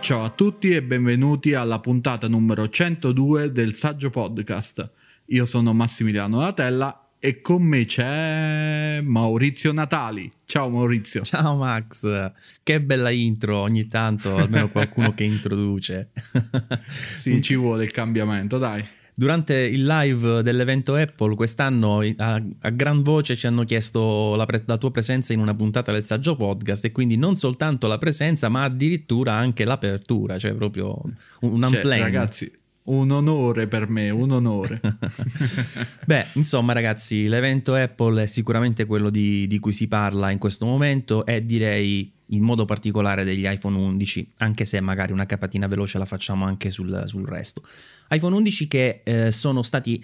Ciao a tutti e benvenuti alla puntata numero 102 del Saggio Podcast. Io sono Massimiliano Latella e con me c'è Maurizio Natali. Ciao Maurizio. Ciao Max, che bella intro, ogni tanto almeno qualcuno che introduce. Sì, ci vuole il cambiamento, dai. Durante il live dell'evento Apple quest'anno a gran voce ci hanno chiesto la tua presenza in una puntata del Saggio Podcast, e quindi non soltanto la presenza ma addirittura anche l'apertura, cioè proprio un unplanned. Ragazzi, un onore per me, un onore. Beh, insomma ragazzi, l'evento Apple è sicuramente quello di cui si parla in questo momento, e direi in modo particolare degli iPhone 11, anche se magari una capatina veloce la facciamo anche sul resto. iPhone 11 che sono stati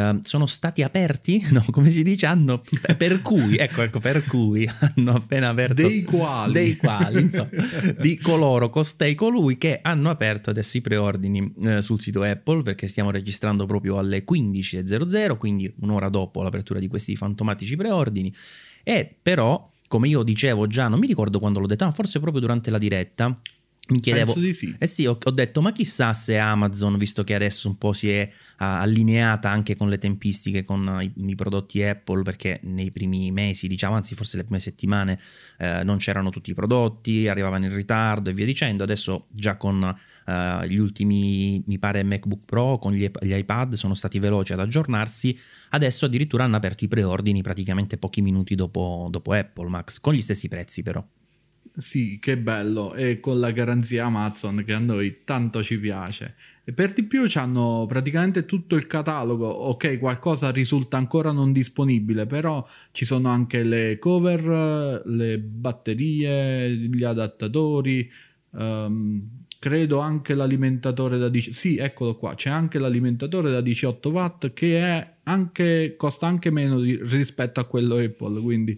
aperti, no, come si dice, per cui hanno appena aperto, dei quali insomma, di colui che hanno aperto adesso i preordini sul sito Apple, perché stiamo registrando proprio alle 15:00, quindi un'ora dopo l'apertura di questi fantomatici preordini. E però, come io dicevo già, non mi ricordo quando l'ho detto, forse proprio durante la diretta, mi chiedevo, penso di sì. Sì, ho detto, ma chissà se Amazon, visto che adesso un po' si è allineata anche con le tempistiche con i prodotti Apple, perché nei primi mesi, diciamo, anzi forse le prime settimane non c'erano tutti i prodotti, arrivavano in ritardo e via dicendo. Adesso già con gli ultimi, mi pare, MacBook Pro, con gli iPad sono stati veloci ad aggiornarsi. Adesso addirittura hanno aperto i preordini praticamente pochi minuti dopo Apple, Max, con gli stessi prezzi però. Sì, che bello, e con la garanzia Amazon che a noi tanto ci piace. E per di più c'hanno praticamente tutto il catalogo. Ok, qualcosa risulta ancora non disponibile, però ci sono anche le cover, le batterie, gli adattatori, credo anche l'alimentatore da 10. Sì, eccolo qua, c'è anche l'alimentatore da 18 watt che è costa anche meno rispetto a quello Apple, quindi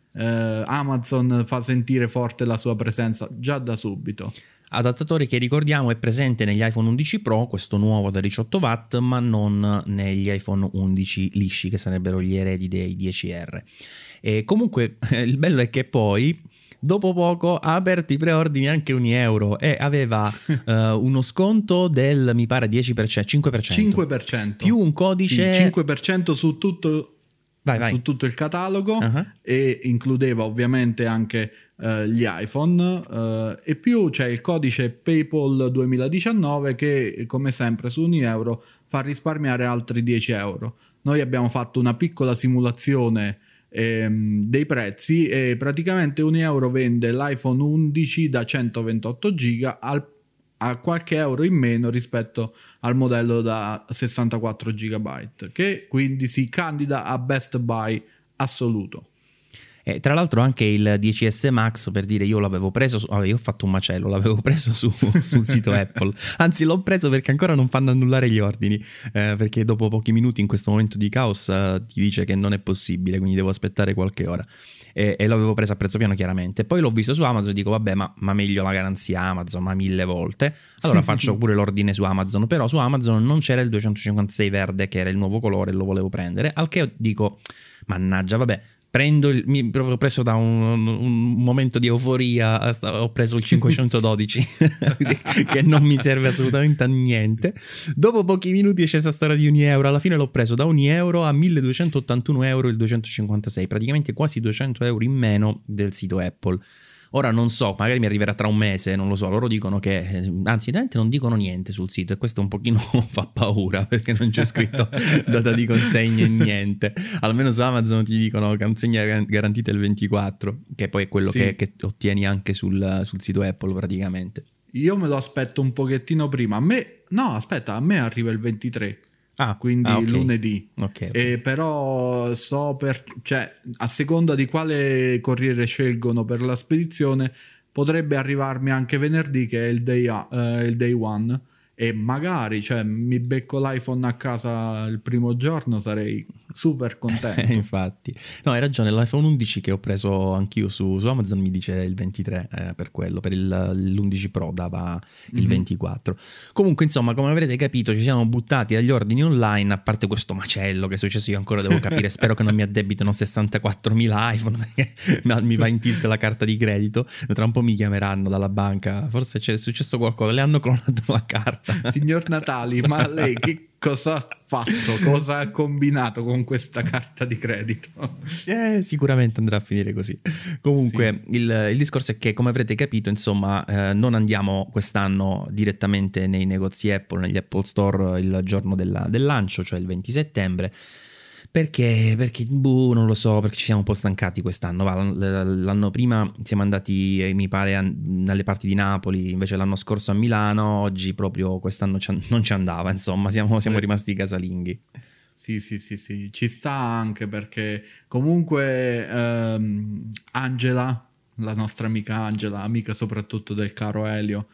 Amazon fa sentire forte la sua presenza già da subito. Adattatore che, ricordiamo, è presente negli iPhone 11 Pro, questo nuovo da 18 watt, ma non negli iPhone 11 lisci, che sarebbero gli eredi dei 10R. E comunque il bello è che poi dopo poco ha aperto i preordini anche €1 e aveva uno sconto del, mi pare, 10%, 5%. Più un codice, sì, 5% su tutto. Su tutto il catalogo, e includeva ovviamente anche gli iPhone, e più c'è il codice PayPal 2019 che, come sempre, su €1 fa risparmiare altri €10. Noi abbiamo fatto una piccola simulazione dei prezzi e praticamente €1 vende l'iPhone 11 da 128 giga a qualche euro in meno rispetto al modello da 64 GB, che quindi si candida a best buy assoluto. E tra l'altro anche il 10S Max, per dire, io l'avevo preso, io ho fatto un macello, l'avevo preso sul sito Apple, anzi l'ho preso perché ancora non fanno annullare gli ordini, perché dopo pochi minuti in questo momento di caos ti dice che non è possibile, quindi devo aspettare qualche ora. E l'avevo preso a prezzo piano, chiaramente. Poi l'ho visto su Amazon e dico, vabbè, ma meglio la garanzia Amazon, ma 1000 volte. Allora faccio pure l'ordine su Amazon, però su Amazon non c'era il 256 verde, che era il nuovo colore, e lo volevo prendere, al che dico, mannaggia, vabbè, ho preso da un momento di euforia, ho preso il 512 che non mi serve assolutamente a niente. Dopo pochi minuti c'è questa storia di €1, alla fine l'ho preso da €1 a €1281 il 256, praticamente quasi €200 in meno del sito Apple. Ora non so, magari mi arriverà tra un mese, non lo so. Loro dicono che, anzi, veramente non dicono niente sul sito, e questo un pochino fa paura, perché non c'è scritto data di consegna e niente. Almeno su Amazon ti dicono consegna garantita il 24, che poi è quello sì, che ottieni anche sul sito Apple praticamente. Io me lo aspetto un pochettino prima. A me arriva il 23. Quindi okay. lunedì. Okay. Però a seconda di quale corriere scelgono per la spedizione, potrebbe arrivarmi anche venerdì, che è il day one, e magari mi becco l'iPhone a casa il primo giorno, sarei super contento. Infatti, no, hai ragione, l'iPhone 11 che ho preso anch'io su Amazon mi dice il 23 per quello, per l'11 Pro dava il 24. Comunque, insomma, come avrete capito, ci siamo buttati agli ordini online, a parte questo macello che è successo, io ancora devo capire, spero che non mi addebitino 64.000 iPhone, perché mi va in tilt la carta di credito, tra un po' mi chiameranno dalla banca, forse c'è successo qualcosa, le hanno clonato la carta. Signor Natali, ma lei che cosa ha fatto? Cosa ha combinato con questa carta di credito? Sicuramente andrà a finire così. Comunque sì. il discorso è che, come avrete capito, insomma, non andiamo quest'anno direttamente nei negozi Apple, negli Apple Store il giorno del lancio, cioè il 20 settembre. Perché non lo so, perché ci siamo un po' stancati quest'anno. L'anno prima siamo andati, mi pare, dalle parti di Napoli, invece l'anno scorso a Milano, oggi proprio quest'anno non ci andava, insomma, siamo rimasti casalinghi. Sì, ci sta anche perché comunque Angela, la nostra amica Angela, amica soprattutto del caro Elio,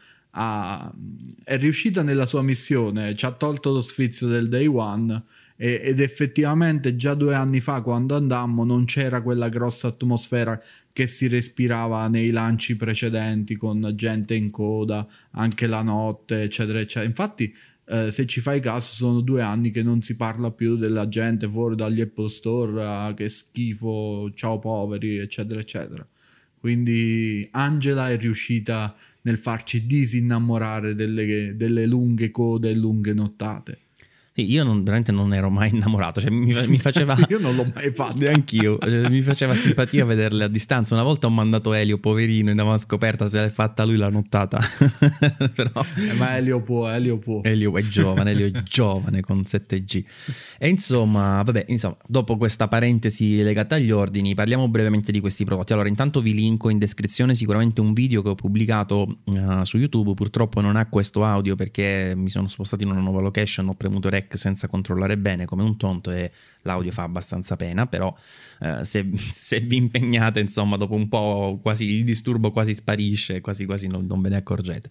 è riuscita nella sua missione, ci ha tolto lo sfizio del day one ed effettivamente già 2 anni fa, quando andammo, non c'era quella grossa atmosfera che si respirava nei lanci precedenti, con gente in coda anche la notte, eccetera eccetera. Infatti se ci fai caso sono 2 anni che non si parla più della gente fuori dagli Apple Store, che schifo, ciao poveri, eccetera eccetera. Quindi Angela è riuscita nel farci disinnamorare delle lunghe code e lunghe nottate. Sì, io veramente non ero mai innamorato, cioè mi faceva... Io non l'ho mai fatto. Neanch'io, cioè, mi faceva simpatia vederle a distanza. Una volta ho mandato Elio, poverino, in una scoperta, se l'è fatta lui la nottata. Però... ma Elio può. Elio è giovane con 7G. E insomma, dopo questa parentesi legata agli ordini, parliamo brevemente di questi prodotti. Allora, intanto vi linko in descrizione sicuramente un video che ho pubblicato su YouTube. Purtroppo non ha questo audio perché mi sono spostato in una nuova location, ho premuto rec senza controllare bene come un tonto e l'audio fa abbastanza pena, però se vi impegnate, insomma, dopo un po' quasi il disturbo quasi sparisce, quasi non ve ne accorgete.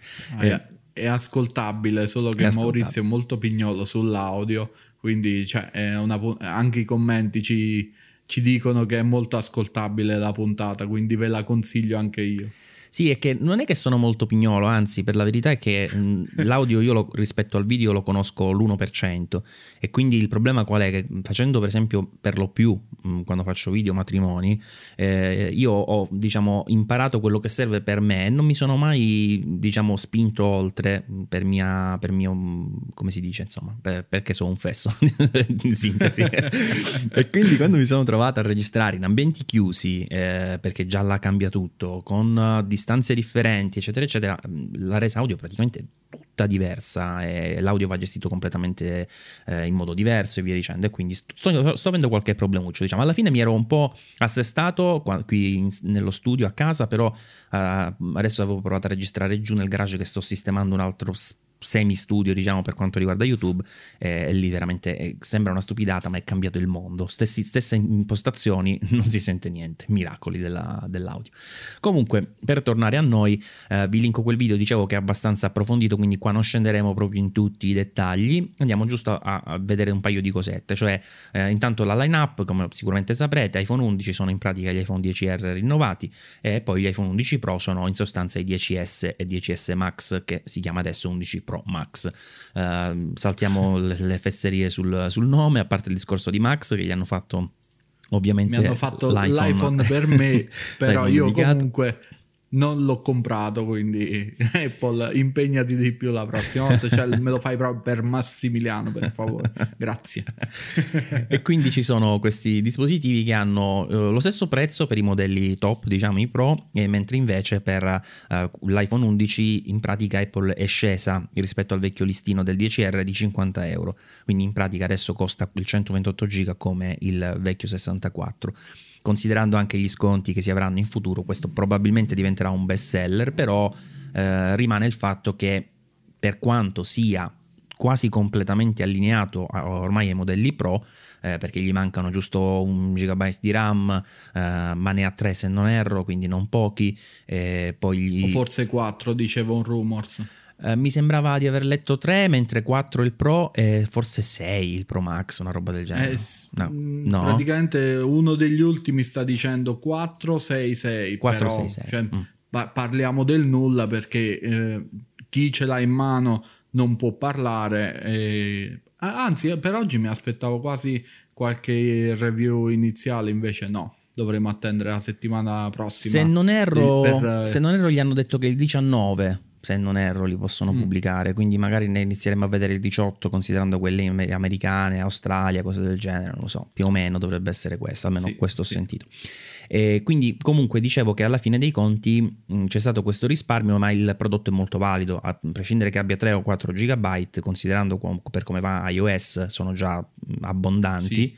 È ascoltabile, solo che Maurizio è molto pignolo sull'audio, quindi anche i commenti ci dicono che è molto ascoltabile la puntata, quindi ve la consiglio anche io. Sì, è che non è che sono molto pignolo, anzi, per la verità è che l'audio io rispetto al video lo conosco l'1%, e quindi il problema qual è? Che facendo per esempio per lo più quando faccio video matrimoni, io ho imparato quello che serve per me e non mi sono mai spinto oltre per mio, come si dice, insomma, perché sono un fesso in sintesi. E quindi quando mi sono trovato a registrare in ambienti chiusi, perché già là cambia tutto, con distanze differenti, eccetera eccetera, la resa audio praticamente tutta diversa e l'audio va gestito completamente in modo diverso e via dicendo, e quindi sto avendo qualche problemuccio, alla fine mi ero un po' assestato qui nello studio a casa, però adesso avevo provato a registrare giù nel garage che sto sistemando un altro semi studio per quanto riguarda YouTube, e lì veramente sembra una stupidata, ma è cambiato il mondo, stesse impostazioni, non si sente niente, miracoli dell'audio. Comunque, per tornare a noi, vi linko quel video, dicevo, che è abbastanza approfondito, quindi qua non scenderemo proprio in tutti i dettagli, andiamo giusto a vedere un paio di cosette, cioè intanto la line-up, come sicuramente saprete, iPhone 11 sono in pratica gli iPhone 10R rinnovati, e poi gli iPhone 11 Pro sono in sostanza i 10S e 10S Max, che si chiama adesso 11 Pro Max. Saltiamo le fesserie sul nome, a parte il discorso di Max che gli hanno fatto, ovviamente mi hanno fatto l'iPhone per me, però io comunque non l'ho comprato, quindi Apple, impegnati di più la prossima volta, me lo fai proprio per Massimiliano, per favore, grazie. E quindi ci sono questi dispositivi che hanno lo stesso prezzo per i modelli top, i Pro, mentre invece per l'iPhone 11 in pratica Apple è scesa rispetto al vecchio listino del 10R di 50 euro, quindi in pratica adesso costa il 128 giga come il vecchio 64. Considerando anche gli sconti che si avranno in futuro, questo probabilmente diventerà un best seller, però rimane il fatto che, per quanto sia quasi completamente allineato ormai ai modelli Pro, perché gli mancano giusto 1 GB di RAM, ma ne ha 3 se non erro, quindi non pochi, poi o forse 4, diceva un rumors. Mi sembrava di aver letto 3, mentre 4 il Pro e forse 6 il Pro Max, una roba del genere. No. Praticamente uno degli ultimi sta dicendo 4, 6, 6. 4, però, 6, 6. Cioè, parliamo del nulla perché chi ce l'ha in mano non può parlare. Anzi, per oggi mi aspettavo quasi qualche review iniziale, invece no. Dovremo attendere la settimana prossima. Se non erro gli hanno detto che il 19, se non erro, li possono pubblicare, quindi magari ne inizieremo a vedere il 18, considerando quelle americane, Australia, cose del genere, non lo so, più o meno dovrebbe essere questo, almeno questo ho sentito. E quindi comunque dicevo che alla fine dei conti c'è stato questo risparmio, ma il prodotto è molto valido, a prescindere che abbia 3 o 4 GB, considerando per come va iOS sono già abbondanti.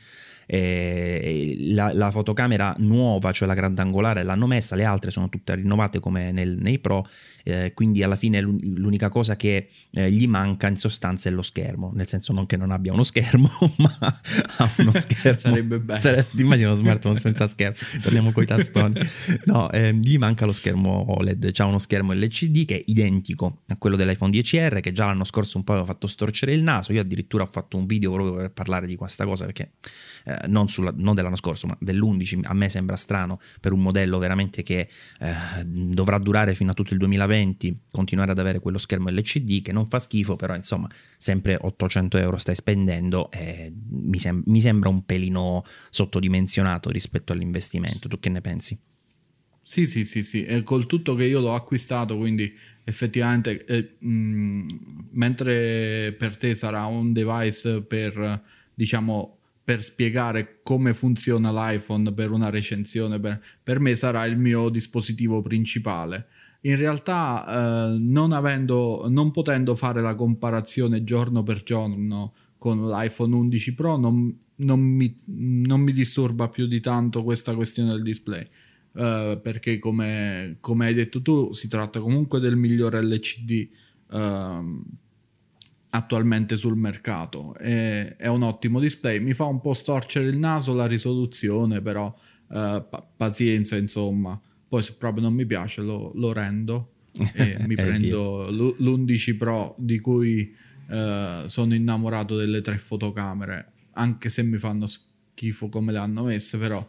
La fotocamera nuova, cioè la grandangolare, l'hanno messa, le altre sono tutte rinnovate come nei Pro, quindi alla fine l'unica cosa che gli manca in sostanza è lo schermo, nel senso non che non abbia uno schermo, ma ha uno schermo. Sarebbe bello. Ti immagino uno smartphone senza schermo, torniamo coi tastoni. No, gli manca lo schermo OLED, c'ha uno schermo LCD che è identico a quello dell'iPhone 10R, che già l'anno scorso un po' aveva fatto storcere il naso. Io addirittura ho fatto un video proprio per parlare di questa cosa, perché non dell'anno scorso ma dell'11 a me sembra strano per un modello veramente che dovrà durare fino a tutto il 2020 continuare ad avere quello schermo LCD, che non fa schifo, però insomma sempre 800 euro stai spendendo, mi sembra un pelino sottodimensionato rispetto all'investimento. Tu che ne pensi? Sì, e col tutto che io l'ho acquistato, quindi effettivamente mentre per te sarà un device per, diciamo, per spiegare come funziona l'iPhone per una recensione, per me sarà il mio dispositivo principale. In realtà non potendo fare la comparazione giorno per giorno con l'iPhone 11 Pro non mi disturba più di tanto questa questione del display, perché come hai detto tu si tratta comunque del migliore LCD attualmente sul mercato. È un ottimo display, mi fa un po' storcere il naso la risoluzione, però pazienza, insomma. Poi se proprio non mi piace lo rendo e mi prendo l'11 Pro, di cui sono innamorato delle 3 fotocamere, anche se mi fanno schifo come le hanno messe, però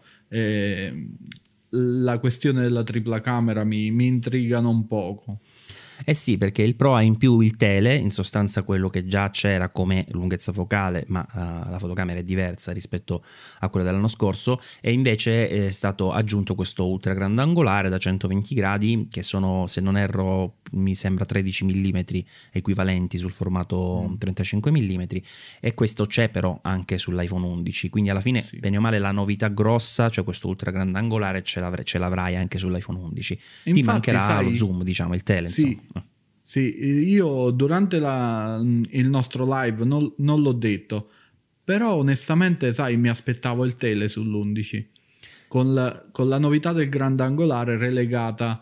la questione della tripla camera mi intrigano un poco. Eh sì, perché il Pro ha in più il tele, in sostanza quello che già c'era come lunghezza focale, ma la fotocamera è diversa rispetto a quella dell'anno scorso, e invece è stato aggiunto questo ultra grandangolare da 120 gradi che sono, se non erro, mi sembra 13 mm equivalenti sul formato 35 mm, e questo c'è però anche sull'iPhone 11, quindi alla fine bene o male la novità grossa, cioè questo ultra grandangolare, ce l'avrai anche sull'iPhone 11. Ti mancherà lo zoom, diciamo, il tele, insomma. Sì, io durante il nostro live non l'ho detto, però onestamente, sai, mi aspettavo il tele sull'11 con la novità del grandangolare relegata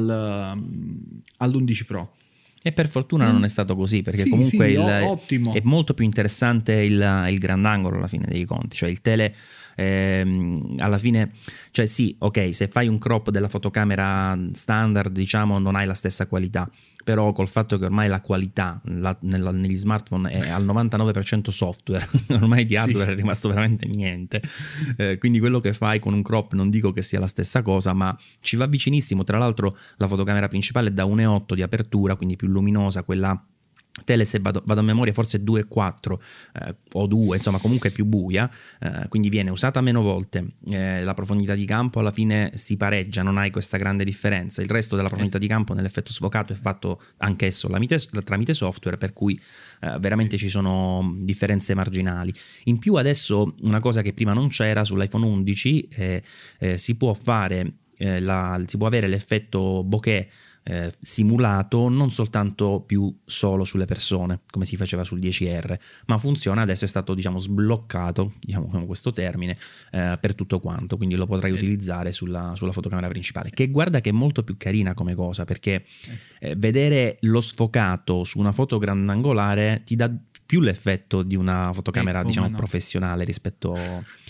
all'11 Pro. E per fortuna non è stato così, perché comunque ottimo. È molto più interessante il grandangolo alla fine dei conti, cioè il tele alla fine, cioè sì, ok, se fai un crop della fotocamera standard, diciamo, non hai la stessa qualità, però col fatto che ormai la qualità negli smartphone è al 99% software, ormai di hardware è rimasto veramente niente, quindi quello che fai con un crop non dico che sia la stessa cosa, ma ci va vicinissimo. Tra l'altro la fotocamera principale è da 1.8 di apertura, quindi più luminosa, quella tele, se vado a memoria, forse 2.4 o 2, insomma comunque più buia, quindi viene usata meno volte, la profondità di campo alla fine si pareggia, non hai questa grande differenza. Il resto della profondità di campo nell'effetto sfocato è fatto anch'esso tramite software, per cui veramente ci sono differenze marginali. In più adesso una cosa che prima non c'era sull'iPhone 11, si può fare si può avere l'effetto bokeh simulato non soltanto più solo sulle persone come si faceva sul 10R, ma funziona adesso, è stato, diciamo, sbloccato, diciamo questo termine, per tutto quanto, quindi lo potrai utilizzare sulla fotocamera principale, che guarda che è molto più carina come cosa, perché vedere lo sfocato su una foto grandangolare ti dà più l'effetto di una fotocamera, diciamo, professionale rispetto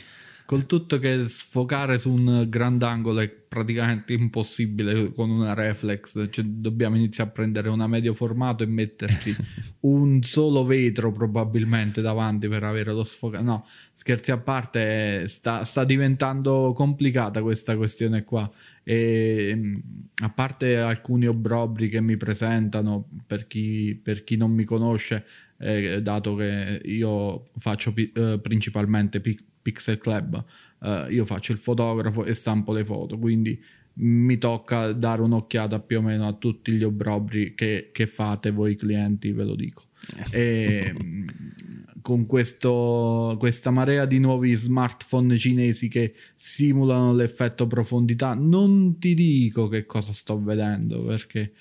Col tutto che sfocare su un grandangolo è praticamente impossibile con una reflex, cioè, dobbiamo iniziare a prendere una medio formato e metterci un solo vetro probabilmente davanti per avere lo sfocato. No, scherzi a parte, sta diventando complicata questa questione qua. E a parte alcuni obbrobri che mi presentano per chi non mi conosce, dato che io faccio principalmente Pixel Club, io faccio il fotografo e stampo le foto, quindi mi tocca dare un'occhiata più o meno a tutti gli obbrobri che fate voi clienti, ve lo dico. E con questa marea di nuovi smartphone cinesi che simulano l'effetto profondità, non ti dico che cosa sto vedendo, perché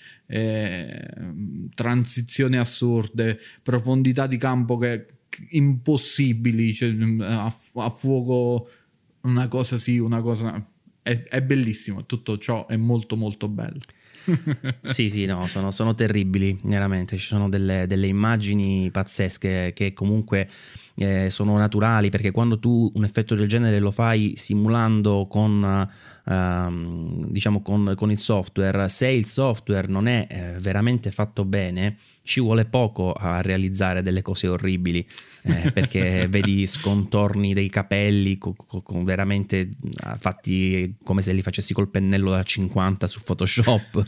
transizioni assurde, profondità di campo che impossibili, cioè, a fuoco, una cosa sì, una cosa è bellissimo, tutto ciò è molto molto bello. Sì, no, sono terribili, veramente. Ci sono delle immagini pazzesche che comunque sono naturali, perché quando tu un effetto del genere lo fai simulando con diciamo con il software, se il software non è veramente fatto bene, ci vuole poco a realizzare delle cose orribili, perché vedi scontorni dei capelli con veramente fatti come se li facessi col pennello da 50 su Photoshop.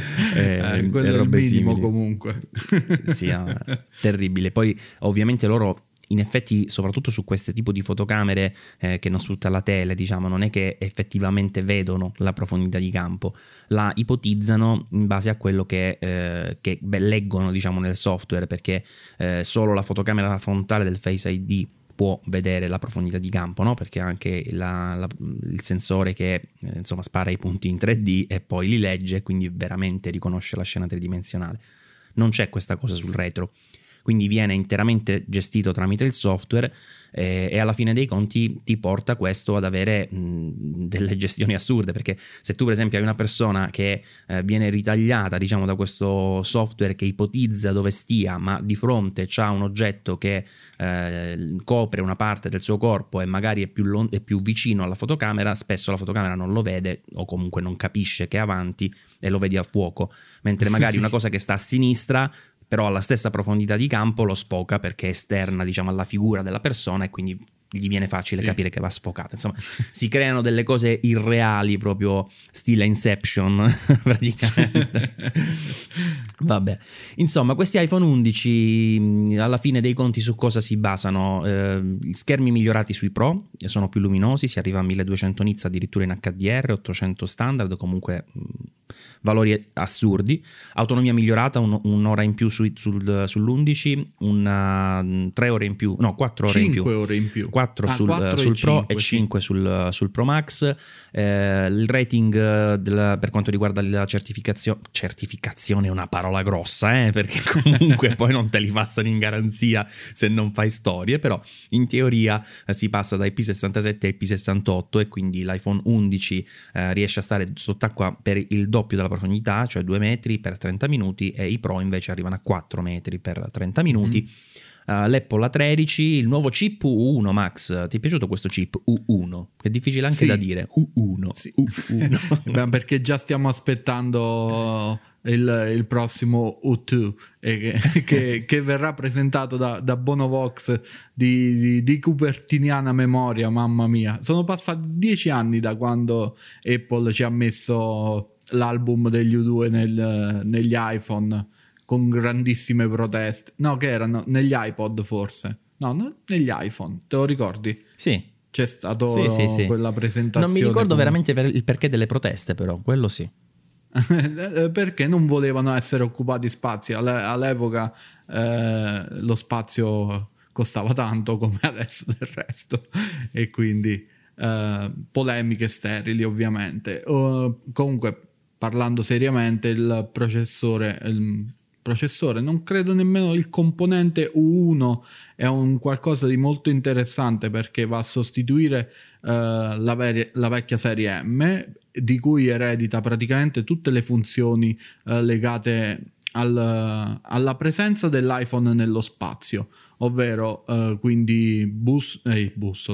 Quello è il minimo simili. Comunque sì, terribile. Poi ovviamente loro in effetti, soprattutto su questo tipo di fotocamere che non sfrutta la tele, diciamo, non è che effettivamente vedono la profondità di campo, la ipotizzano in base a quello che leggono, diciamo, nel software, perché solo la fotocamera frontale del Face ID può vedere la profondità di campo, no? Perché anche il sensore che insomma spara i punti in 3D e poi li legge, quindi veramente riconosce la scena tridimensionale. Non c'è questa cosa sul retro, quindi viene interamente gestito tramite il software e alla fine dei conti ti porta questo ad avere delle gestioni assurde, perché se tu per esempio hai una persona che viene ritagliata, diciamo, da questo software che ipotizza dove stia, ma di fronte c'ha un oggetto che copre una parte del suo corpo e magari è più vicino alla fotocamera, spesso la fotocamera non lo vede o comunque non capisce che è avanti e lo vedi a fuoco, mentre magari una cosa che sta a sinistra però alla stessa profondità di campo lo sfoca perché è esterna, diciamo, alla figura della persona e quindi gli viene facile capire che va sfocata. Insomma, si creano delle cose irreali, proprio stile Inception praticamente. Vabbè, insomma, questi iPhone 11 alla fine dei conti su cosa si basano? Schermi migliorati sui Pro, sono più luminosi, si arriva a 1200 nits addirittura in HDR, 800 standard, comunque valori assurdi. Autonomia migliorata, un'ora in più sull'11, 3 ore in più, no, 4 ore in più. 5 ore in più. 4 sul Pro 5, e 5 sul Pro Max. Il rating per quanto riguarda la certificazione è una parola grossa, perché comunque poi non te li passano in garanzia se non fai storie, però in teoria si passa da IP67 a IP68 e quindi l'iPhone 11 riesce a stare sott'acqua per il doppio della profondità, cioè 2 metri per 30 minuti, e i Pro invece arrivano a 4 metri per 30 minuti. L'Apple A13, il nuovo chip U1. Max, ti è piaciuto questo chip U1? È difficile anche da dire. U1. Sì. U1. Beh, perché già stiamo aspettando il prossimo U2 che verrà presentato da Bonovox di cupertiniana memoria. Mamma mia, sono passati 10 anni da quando Apple ci ha messo l'album degli U2 negli iPhone, con grandissime proteste. No, che erano negli iPod forse. No, negli iPhone, te lo ricordi? Sì. C'è stato sì. quella presentazione. Non mi ricordo veramente il perché delle proteste, però quello sì. Perché non volevano essere occupati spazi. All'epoca lo spazio costava tanto come adesso del resto, e quindi polemiche sterili ovviamente. Comunque, parlando seriamente, il processore, non credo nemmeno il componente U1 è un qualcosa di molto interessante, perché va a sostituire la vecchia serie M, di cui eredita praticamente tutte le funzioni legate alla presenza dell'iPhone nello spazio, ovvero quindi bussola,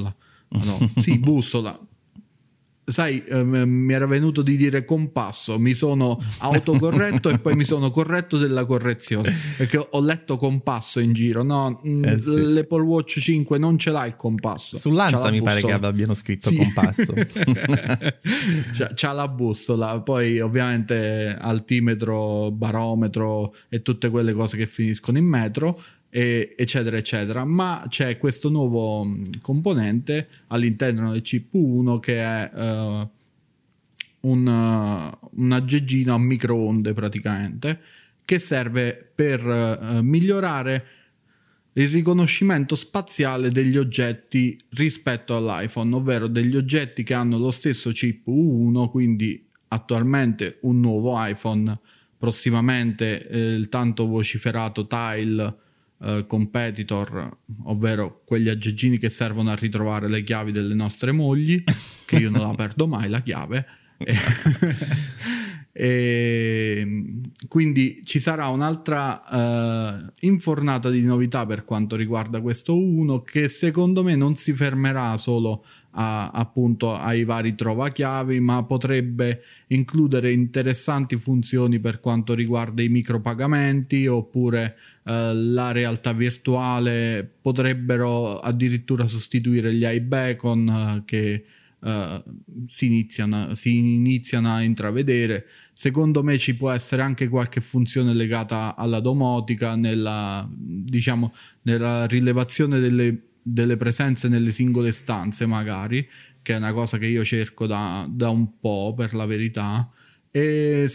No, sì, bussola. Sai, mi era venuto di dire compasso, mi sono autocorretto e poi mi sono corretto della correzione, perché ho letto compasso in giro. No, sì. l'Apple Watch 5 non ce l'ha il compasso. Sull'Ansa mi pare che abbiano scritto compasso. C'ha la bussola, poi ovviamente altimetro, barometro e tutte quelle cose che finiscono in metro, eccetera eccetera, ma c'è questo nuovo componente all'interno del chip 1 che è un aggeggino a microonde praticamente, che serve per migliorare il riconoscimento spaziale degli oggetti rispetto all'iPhone, ovvero degli oggetti che hanno lo stesso chip U1, quindi attualmente un nuovo iPhone, prossimamente il tanto vociferato Tile competitor, ovvero quegli aggeggini che servono a ritrovare le chiavi delle nostre mogli, che io non la perdo mai la chiave. E quindi ci sarà un'altra infornata di novità per quanto riguarda questo 1, che secondo me non si fermerà solo appunto ai vari trovachiavi, ma potrebbe includere interessanti funzioni per quanto riguarda i micropagamenti, oppure la realtà virtuale. Potrebbero addirittura sostituire gli iBeacon che si iniziano a intravedere. Secondo me ci può essere anche qualche funzione legata alla domotica, nella rilevazione delle presenze nelle singole stanze, magari, che è una cosa che io cerco da un po', per la verità. E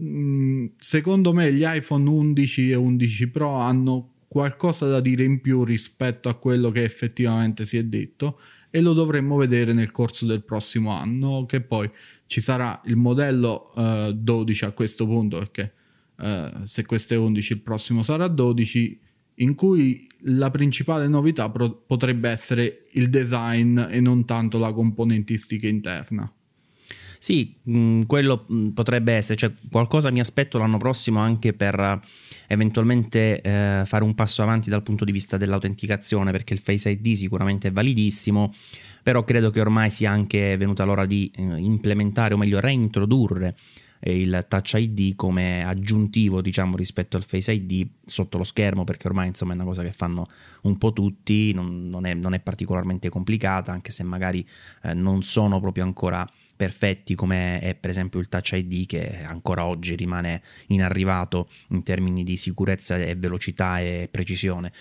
secondo me gli iPhone 11 e 11 Pro hanno qualcosa da dire in più rispetto a quello che effettivamente si è detto, e lo dovremmo vedere nel corso del prossimo anno, che poi ci sarà il modello 12 a questo punto, perché se questo è 11 il prossimo sarà 12, in cui la principale novità potrebbe essere il design e non tanto la componentistica interna. Sì, quello potrebbe essere, cioè qualcosa mi aspetto l'anno prossimo anche per eventualmente fare un passo avanti dal punto di vista dell'autenticazione, perché il Face ID sicuramente è validissimo, però credo che ormai sia anche venuta l'ora di implementare, o meglio reintrodurre il Touch ID come aggiuntivo, diciamo, rispetto al Face ID sotto lo schermo, perché ormai insomma è una cosa che fanno un po' tutti, non è particolarmente complicata, anche se magari non sono proprio ancora perfetti come è per esempio il Touch ID, che ancora oggi rimane inarrivato in termini di sicurezza e velocità e precisione,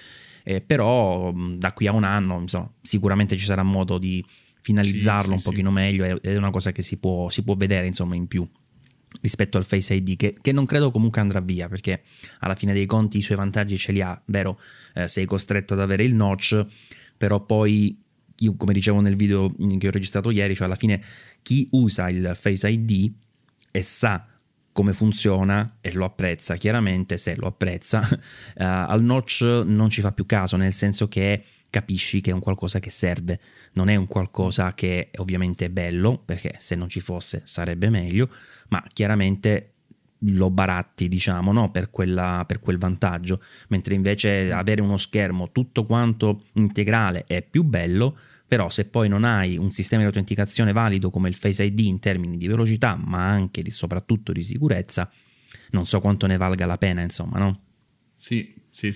però da qui a un anno insomma, sicuramente ci sarà modo di finalizzarlo un pochino meglio, ed è una cosa che si può vedere insomma in più rispetto al Face ID, che non credo comunque andrà via, perché alla fine dei conti i suoi vantaggi ce li ha, vero? Sei costretto ad avere il notch, però poi io, come dicevo nel video che ho registrato ieri, cioè alla fine chi usa il Face ID e sa come funziona e lo apprezza, chiaramente se lo apprezza, al notch non ci fa più caso, nel senso che capisci che è un qualcosa che serve, non è un qualcosa che ovviamente è bello, perché se non ci fosse sarebbe meglio, ma chiaramente lo baratti, diciamo, no? per quel vantaggio, mentre invece avere uno schermo tutto quanto integrale è più bello. Però se poi non hai un sistema di autenticazione valido come il Face ID in termini di velocità, ma anche soprattutto di sicurezza, non so quanto ne valga la pena, insomma, no? Sì.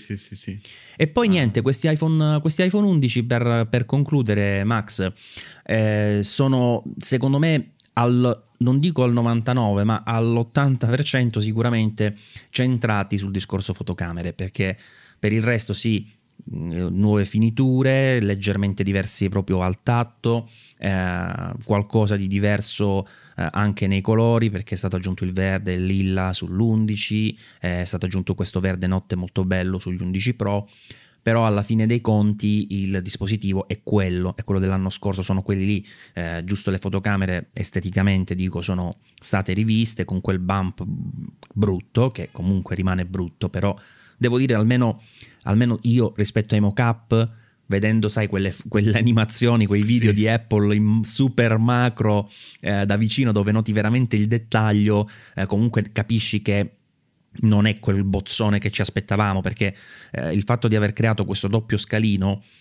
E poi niente, questi iPhone 11 per concludere, Max, sono secondo me non dico al 99, ma all'80% sicuramente centrati sul discorso fotocamere, perché per il resto sì, nuove finiture, leggermente diversi proprio al tatto, qualcosa di diverso anche nei colori, perché è stato aggiunto il verde e il lilla sull'11, è stato aggiunto questo verde notte molto bello sugli 11 Pro, però alla fine dei conti il dispositivo è quello dell'anno scorso, sono quelli lì, giusto le fotocamere esteticamente dico sono state riviste con quel bump brutto, che comunque rimane brutto, però devo dire almeno io rispetto ai mock-up, vedendo sai quelle animazioni, quei video di Apple in super macro da vicino, dove noti veramente il dettaglio, comunque capisci che non è quel bozzone che ci aspettavamo, perché il fatto di aver creato questo doppio scalino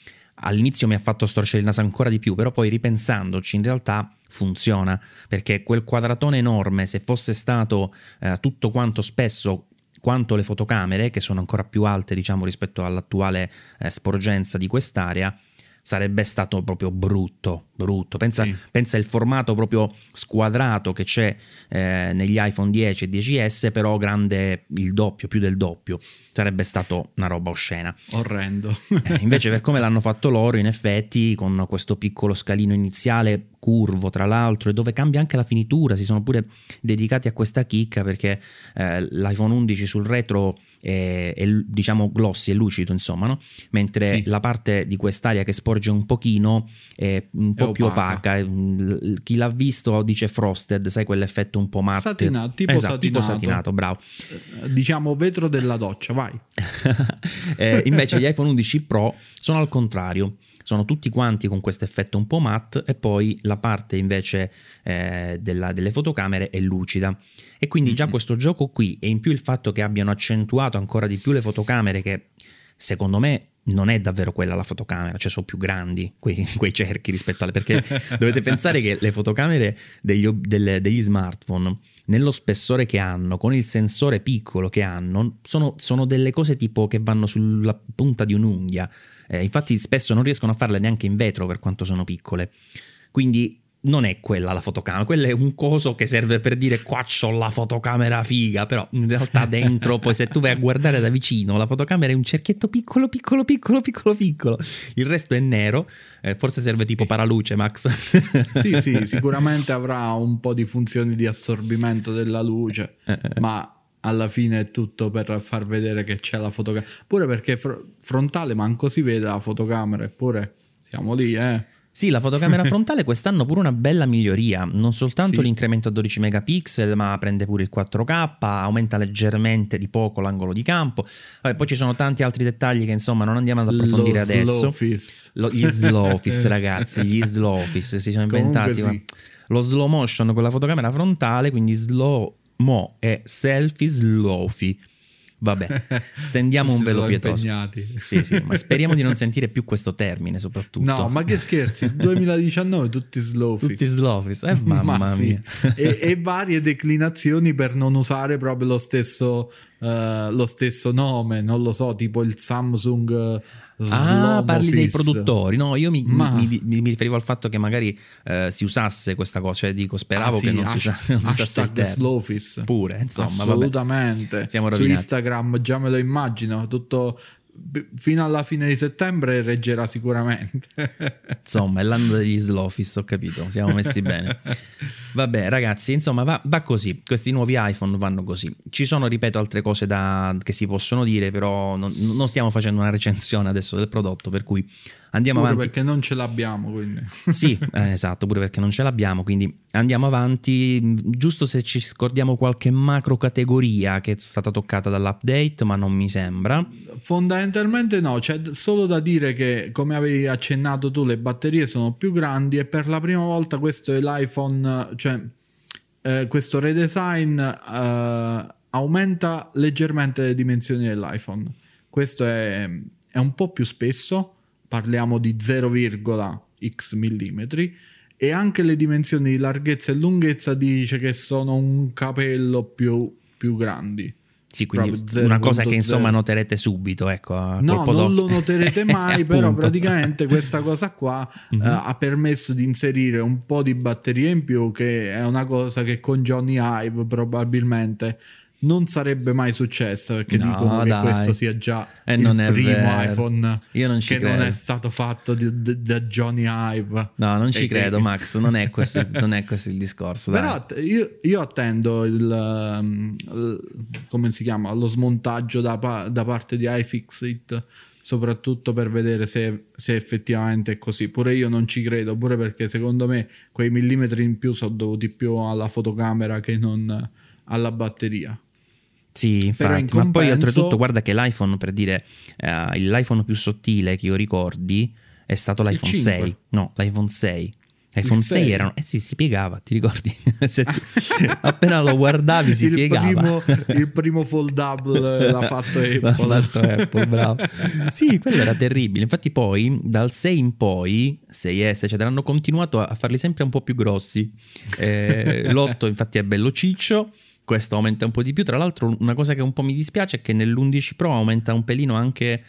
all'inizio mi ha fatto storcere il naso ancora di più, però poi ripensandoci in realtà funziona, perché quel quadratone enorme, se fosse stato tutto quanto spesso quanto le fotocamere, che sono ancora più alte diciamo rispetto all'attuale sporgenza di quest'area, sarebbe stato proprio brutto. Pensa il formato proprio squadrato che c'è negli iPhone 10 e 10S, però grande il doppio, più del doppio. Sarebbe stato una roba oscena. Orrendo. Invece, per come l'hanno fatto loro, in effetti, con questo piccolo scalino iniziale, curvo tra l'altro, e dove cambia anche la finitura, si sono pure dedicati a questa chicca, perché l'iPhone 11 sul retro è diciamo glossy, è lucido insomma, no? Mentre la parte di quest'area che sporge un pochino è un po' più opaca. Chi l'ha visto dice frosted, sai quell'effetto un po' matte, tipo satinato, bravo, diciamo vetro della doccia, vai. Invece gli iPhone 11 Pro sono al contrario, sono tutti quanti con questo effetto un po' matte, e poi la parte invece delle fotocamere è lucida, e quindi già questo gioco qui, e in più il fatto che abbiano accentuato ancora di più le fotocamere, che secondo me non è davvero quella la fotocamera, cioè sono più grandi quei cerchi rispetto alle, perché dovete pensare che le fotocamere degli smartphone, nello spessore che hanno, con il sensore piccolo che hanno, sono delle cose tipo che vanno sulla punta di un'unghia. Infatti spesso non riescono a farle neanche in vetro per quanto sono piccole, quindi non è quella la fotocamera, quella è un coso che serve per dire qua c'ho la fotocamera figa, però in realtà dentro poi se tu vai a guardare da vicino la fotocamera è un cerchietto piccolo, il resto è nero, forse serve tipo paraluce, Max. Sì, sicuramente avrà un po' di funzioni di assorbimento della luce, ma alla fine è tutto per far vedere che c'è la fotocamera, pure perché frontale manco si vede la fotocamera, eppure siamo lì, Sì, la fotocamera frontale quest'anno pure una bella miglioria, non soltanto l'incremento a 12 megapixel, ma prende pure il 4K, aumenta leggermente di poco l'angolo di campo. Poi ci sono tanti altri dettagli che insomma non andiamo ad approfondire adesso. Gli slow office, ragazzi, gli slow office si sono inventati lo slow motion con la fotocamera frontale, quindi slow mo e selfie slowfy. Vabbè, stendiamo un velo pietoso. Sì, ma speriamo di non sentire più questo termine, soprattutto. No, ma che scherzi, 2019 tutti slowfis. Tutti slowfis, mamma mia. E varie declinazioni per non usare proprio lo stesso nome, non lo so, tipo il Samsung parli dei produttori. No, io mi riferivo al fatto che magari si usasse questa cosa, cioè dico, speravo che non si usasse il termine slowfis pure, insomma, assolutamente. Vabbè, siamo rovinati. Su Instagram già me lo immagino tutto, fino alla fine di settembre reggerà sicuramente. Insomma, è l'anno degli slowfis, ho capito, siamo messi bene. Vabbè ragazzi, insomma va così, questi nuovi iPhone vanno così. Ci sono, ripeto, altre cose che si possono dire, però non stiamo facendo una recensione adesso del prodotto, per cui andiamo avanti. Pure perché non ce l'abbiamo, quindi. Sì, esatto, pure perché non ce l'abbiamo, quindi andiamo avanti, giusto se ci scordiamo qualche macro categoria che è stata toccata dall'update, ma non mi sembra. Fondamentalmente no, c'è solo da dire che, come avevi accennato tu, le batterie sono più grandi, e per la prima volta questo è l'iPhone, cioè questo redesign aumenta leggermente le dimensioni dell'iPhone. Questo è un po' più spesso, parliamo di 0,x millimetri, e anche le dimensioni di larghezza e lunghezza dice che sono un capello più grandi. Sì, quindi una cosa che insomma noterete subito, ecco. No, non lo noterete mai, però praticamente questa cosa qua ha permesso di inserire un po' di batteria in più, che è una cosa che con Johnny Ive probabilmente non sarebbe mai successa, perché dicono che questo sia già il primo iPhone non è stato fatto da Johnny Ive. No, non ci credo, Max, non è questo il discorso. Però io attendo come si chiama, lo smontaggio da parte di iFixit, soprattutto per vedere se effettivamente è così. Pure io non ci credo, pure perché secondo me quei millimetri in più sono dovuti più alla fotocamera che non alla batteria. Sì, infatti, ma poi oltretutto guarda che l'iPhone, per dire, l'iPhone più sottile che io ricordi è stato l'iPhone 6. No, l'iPhone 6. iPhone 6 erano... sì, si piegava, ti ricordi? Appena lo guardavi si piegava. Il primo foldable l'ha fatto Apple. L'ha fatto Apple, bravo. Sì, quello era terribile. Infatti poi, dal 6 in poi, 6S, eccetera, hanno continuato a farli sempre un po' più grossi. L'8 infatti è bello ciccio, questo aumenta un po' di più. Tra l'altro una cosa che un po' mi dispiace è che nell'11 Pro aumenta un pelino anche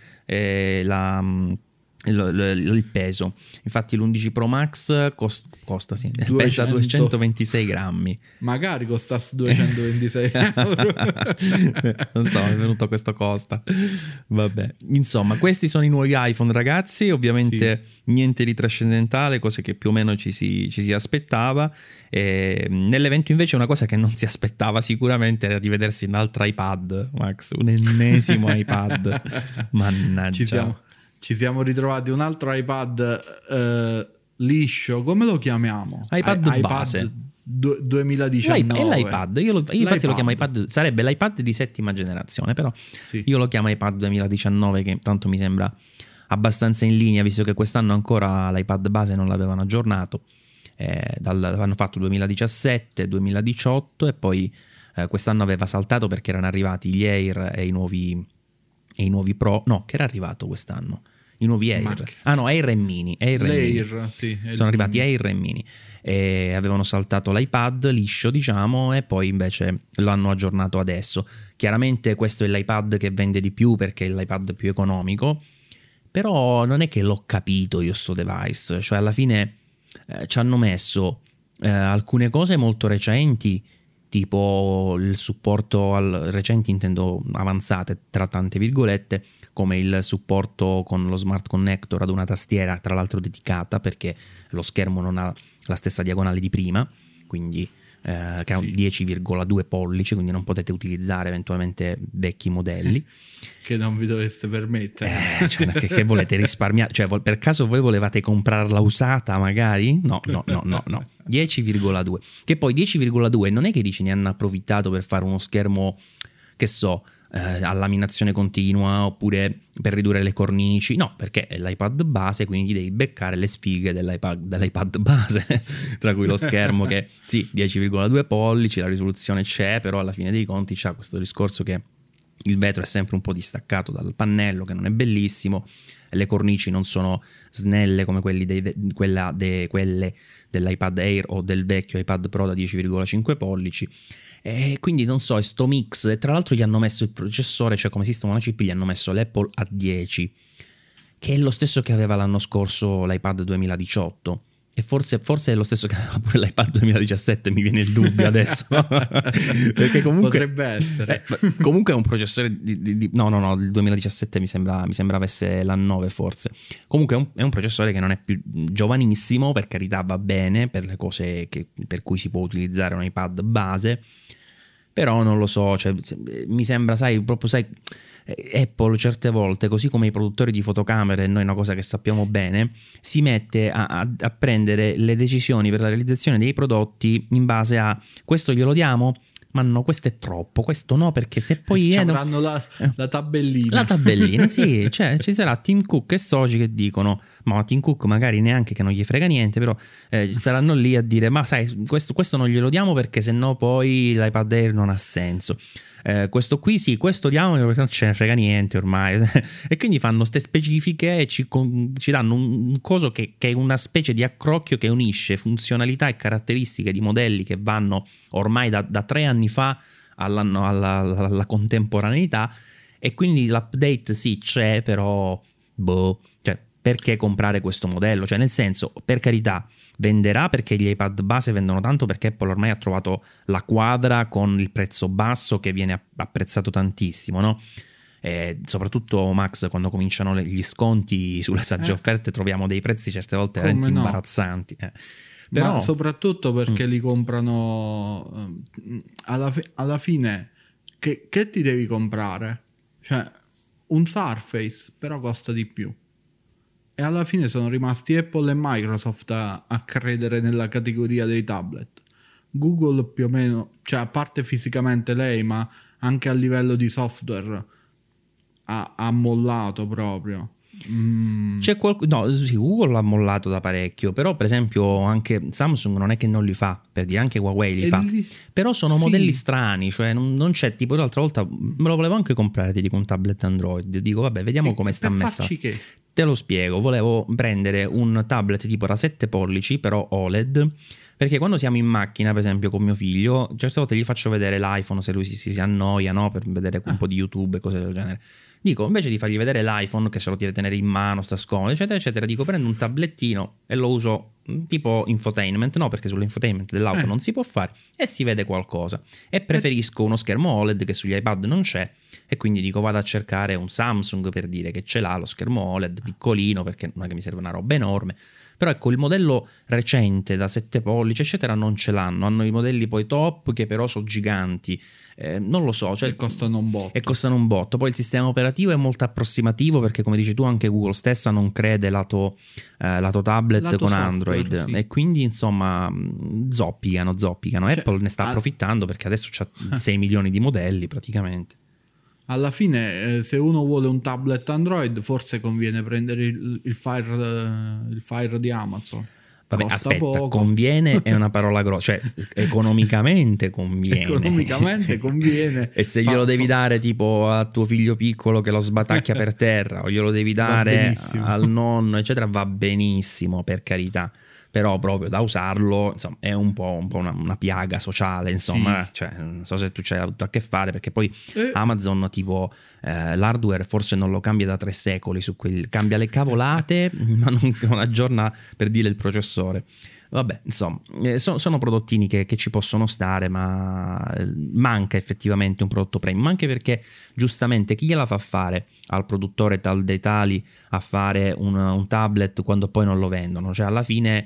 il peso. Infatti l'11 Pro Max costa sì, pesa 226 grammi. Magari costasse 226 euro. Non so, è venuto questo costa. Vabbè, insomma, questi sono i nuovi iPhone, ragazzi. Ovviamente niente di trascendentale, cose che più o meno ci si aspettava. Nell'evento invece una cosa che non si aspettava sicuramente era di vedersi un altro iPad, Max, un ennesimo iPad. Mannaggia. Ci siamo ritrovati un altro iPad liscio, come lo chiamiamo? iPad base 2019. È l'iPad, io infatti lo chiamo iPad, sarebbe l'iPad di settima generazione, però io lo chiamo iPad 2019, che tanto mi sembra abbastanza in linea, visto che quest'anno ancora l'iPad base non l'avevano aggiornato. Hanno fatto 2017, 2018 e poi quest'anno aveva saltato perché erano arrivati gli Air e i nuovi Pro. No, che era arrivato quest'anno? I nuovi Air. Air e Mini. Sono arrivati Air e Mini. E avevano saltato l'iPad liscio, diciamo, e poi invece l'hanno aggiornato adesso. Chiaramente questo è l'iPad che vende di più perché è l'iPad più economico, però non è che l'ho capito io sto device. Cioè alla fine ci hanno messo alcune cose molto recenti, tipo il supporto recenti, intendo avanzate tra tante virgolette, come il supporto con lo Smart Connector ad una tastiera, tra l'altro dedicata, perché lo schermo non ha la stessa diagonale di prima, quindi che ha 10,2 pollici, quindi non potete utilizzare eventualmente vecchi modelli. Che non vi doveste permettere. Che volete risparmiare? Cioè, per caso voi volevate comprarla usata magari? No. 10,2. Che poi 10,2 non è che dici ne hanno approfittato per fare uno schermo, che so, a laminazione continua oppure per ridurre le cornici. No, perché è l'iPad base, quindi devi beccare le sfighe dell'iPad base, tra cui lo schermo che 10,2 pollici, la risoluzione c'è, però alla fine dei conti c'ha questo discorso che il vetro è sempre un po' distaccato dal pannello, che non è bellissimo, le cornici non sono snelle come quelle dell'iPad Air o del vecchio iPad Pro da 10,5 pollici. E quindi non so, è sto mix. E tra l'altro gli hanno messo il processore, cioè come sistema una chip gli hanno messo l'Apple A10, che è lo stesso che aveva l'anno scorso l'iPad 2018. E forse è lo stesso che aveva pure l'iPad 2017, mi viene il dubbio adesso. Perché comunque potrebbe essere. Comunque è un processore no, il 2017 mi sembra avesse l'A9 forse. Comunque è un processore che non è più giovanissimo, per carità, va bene per le cose per cui si può utilizzare un iPad base, però non lo so, cioè, mi sembra, Apple certe volte, così come i produttori di fotocamere, noi è una cosa che sappiamo bene, si mette a prendere le decisioni per la realizzazione dei prodotti in base a questo glielo diamo, ma no, questo è troppo, questo no, perché se poi avranno la tabellina. La tabellina, sì, cioè ci sarà Tim Cook e Soci che dicono, ma Tim Cook magari neanche, che non gli frega niente, però saranno lì a dire, ma sai, questo non glielo diamo perché sennò poi l'iPad Air non ha senso. Questo qui sì, questo diamo perché non ce ne frega niente ormai. E quindi fanno ste specifiche e ci danno un coso che è una specie di accrocchio che unisce funzionalità e caratteristiche di modelli che vanno ormai da 3 anni fa alla contemporaneità, e quindi l'update sì c'è, però cioè, perché comprare questo modello? Cioè, nel senso, per carità, venderà perché gli iPad base vendono tanto, perché Apple ormai ha trovato la quadra con il prezzo basso che viene apprezzato tantissimo, no? Soprattutto, Max, quando cominciano gli sconti sulle sagge offerte troviamo dei prezzi certe volte veramente imbarazzanti. Però, ma soprattutto perché li comprano alla fine che ti devi comprare? Cioè, un Surface però costa di più. E alla fine sono rimasti Apple e Microsoft a credere nella categoria dei tablet. Google più o meno, cioè a parte fisicamente lei, ma anche a livello di software ha mollato proprio. C'è no, sì, Google l'ha mollato da parecchio, però per esempio anche Samsung non è che non li fa, per dire, anche Huawei li fa, però sono modelli strani, cioè non c'è, tipo l'altra volta me lo volevo anche comprare, ti dico, un tablet Android, dico vabbè, vediamo come sta messa. Te lo spiego, volevo prendere un tablet tipo da 7 pollici, però OLED, perché quando siamo in macchina, per esempio con mio figlio, certe volte gli faccio vedere l'iPhone se lui si annoia, no? Per vedere un po' di YouTube e cose del genere. Dico, invece di fargli vedere l'iPhone che se lo deve tenere in mano, sta scomodo, eccetera, eccetera, dico, prendo un tablettino e lo uso tipo infotainment, no? Perché sull'infotainment dell'auto non si può fare e si vede qualcosa. E preferisco uno schermo OLED che sugli iPad non c'è, e quindi dico vado a cercare un Samsung, per dire, che ce l'ha lo schermo OLED piccolino, perché non è che mi serve una roba enorme. Però ecco, il modello recente da 7 pollici eccetera non ce l'hanno, hanno i modelli poi top che però sono giganti, non lo so, cioè, e costano un botto. Poi il sistema operativo è molto approssimativo, perché come dici tu anche Google stessa non crede lato tablet con software, Android, sì. E quindi insomma zoppicano. Cioè, Apple ne sta approfittando perché adesso c'ha 6 milioni di modelli praticamente. Alla fine, se uno vuole un tablet Android, forse conviene prendere il Fire di Amazon. Vabbè, aspetta, poco. Conviene è una parola grossa, cioè economicamente conviene. Economicamente conviene. E se glielo devi dare tipo a tuo figlio piccolo che lo sbatacchia per terra, o glielo devi dare al nonno, eccetera, va benissimo, per carità. Però proprio da usarlo, insomma, è un po' una piaga sociale, insomma, sì. Cioè, non so se tu c'hai avuto a che fare, perché poi Amazon tipo l'hardware forse non lo cambia da 3 secoli, cambia le cavolate ma non aggiorna, per dire, il processore. Vabbè, insomma, sono prodottini che ci possono stare, ma manca effettivamente un prodotto premium, anche perché giustamente chi gliela fa fare al produttore tal dei tali a fare un tablet quando poi non lo vendono? Cioè alla fine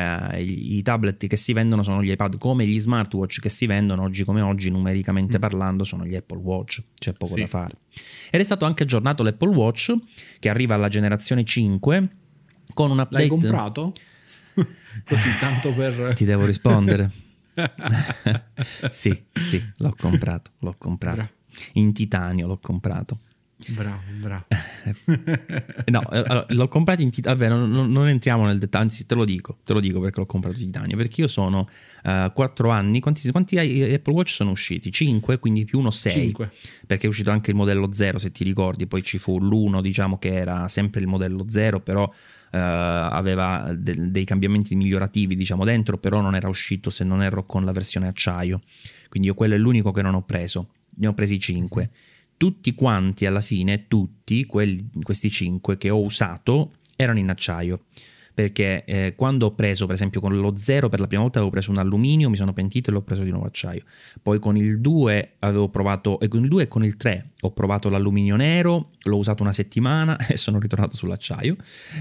i tablet che si vendono sono gli iPad, come gli smartwatch che si vendono oggi come oggi, numericamente parlando, sono gli Apple Watch, c'è poco da fare. Ed è stato anche aggiornato l'Apple Watch, che arriva alla generazione 5 con un update. L'hai comprato? Così tanto per... Ti devo rispondere. sì, l'ho comprato. Bravo. In titanio l'ho comprato. Bravo. No, allora, l'ho comprato in titanio. Vabbè, non entriamo nel dettaglio, anzi te lo dico perché l'ho comprato in titanio, perché io sono 4 anni. Quanti Apple Watch sono usciti? 5, quindi più 1 6. 5. Perché è uscito anche il modello 0, se ti ricordi. Poi ci fu l'1, diciamo, che era sempre il modello 0, però aveva dei cambiamenti migliorativi, diciamo, dentro, però non era uscito, se non erro, con la versione acciaio. Quindi io quello è l'unico che non ho preso. Ne ho presi 5. Tutti quanti, alla fine, questi 5 che ho usato erano in acciaio, perché quando ho preso, per esempio, con lo 0 per la prima volta avevo preso un alluminio, mi sono pentito e l'ho preso di nuovo acciaio. Poi con il 2 avevo provato, e con il 2 e con il 3 ho provato l'alluminio nero, l'ho usato una settimana e sono ritornato sull'acciaio.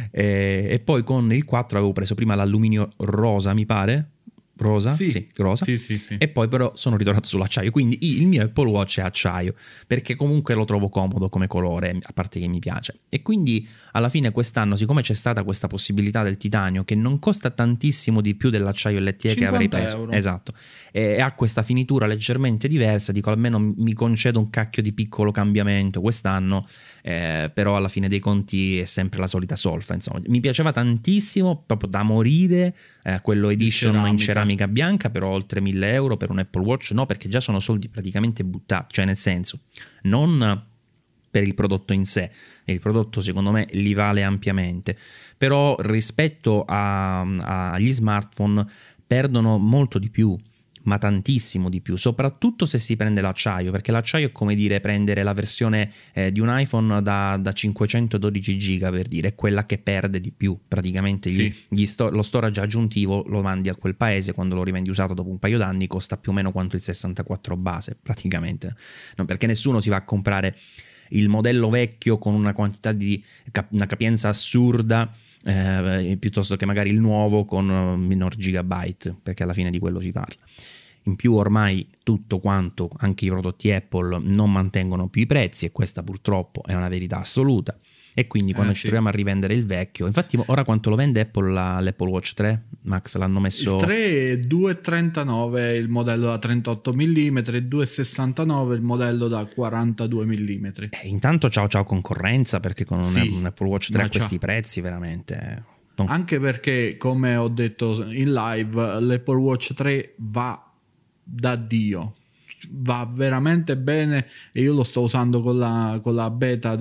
E poi con il 4 avevo preso prima l'alluminio rosa, mi pare. Rosa? Sì, rosa. Sì. E poi però sono ritornato sull'acciaio, quindi il mio Apple Watch è acciaio, perché comunque lo trovo comodo come colore, a parte che mi piace. E quindi alla fine quest'anno, siccome c'è stata questa possibilità del titanio, che non costa tantissimo di più dell'acciaio LTE che avrei preso, euro. Esatto, e ha questa finitura leggermente diversa, dico almeno mi concedo un cacchio di piccolo cambiamento quest'anno, però alla fine dei conti è sempre la solita solfa, insomma. Mi piaceva tantissimo, proprio da morire, quello edition in ceramica bianca, però oltre 1.000 euro per un Apple Watch no, perché già sono soldi praticamente buttati, cioè nel senso, non per il prodotto in sé, il prodotto secondo me li vale ampiamente, però rispetto agli smartphone perdono molto di più, ma tantissimo di più, soprattutto se si prende l'acciaio, perché l'acciaio è come dire prendere la versione di un iPhone da 512 giga, per dire, è quella che perde di più praticamente. Lo storage aggiuntivo lo mandi a quel paese, quando lo rivendi usato dopo un paio d'anni costa più o meno quanto il 64 base praticamente, no, perché nessuno si va a comprare il modello vecchio con una quantità di una capienza assurda piuttosto che magari il nuovo con minor gigabyte, perché alla fine di quello si parla. In più ormai tutto quanto, anche i prodotti Apple, non mantengono più i prezzi, e questa purtroppo è una verità assoluta, e quindi quando ci troviamo a rivendere il vecchio, infatti ora quanto lo vende Apple l'Apple Watch 3? Max, l'hanno messo... Il 3 è 2,39 il modello da 38 mm e 2,69 il modello da 42 mm. Intanto ciao concorrenza, perché con un Apple Watch 3 a questi prezzi veramente... Anche perché, come ho detto in live, l'Apple Watch 3 va da Dio, va veramente bene, e io lo sto usando con la beta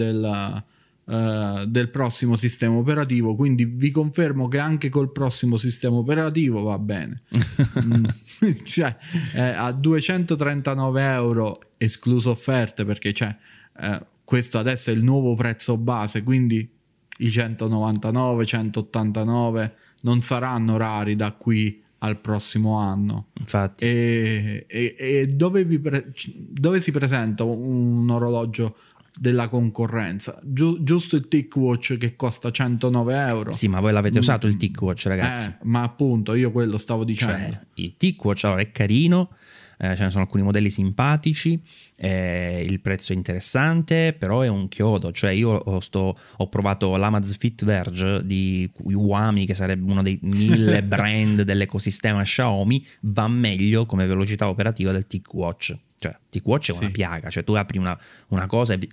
del prossimo sistema operativo, quindi vi confermo che anche col prossimo sistema operativo va bene. Cioè, a 239 euro escluso offerte, perché questo adesso è il nuovo prezzo base, quindi i 199, 189 non saranno rari da qui al prossimo anno. Infatti. E dove si presenta un orologio della concorrenza? Giusto il TicWatch che costa 109 euro. Sì, ma voi l'avete usato il TicWatch, ragazzi? Ma appunto, io quello stavo dicendo. Cioè, il TicWatch allora è carino, ce ne sono alcuni modelli simpatici, il prezzo è interessante, però è un chiodo. Cioè io ho provato l'Amazfit Verge di Xiaomi, che sarebbe uno dei 1000 brand dell'ecosistema Xiaomi, va meglio come velocità operativa del TicWatch. Cioè TicWatch è una piaga, cioè tu apri una cosa e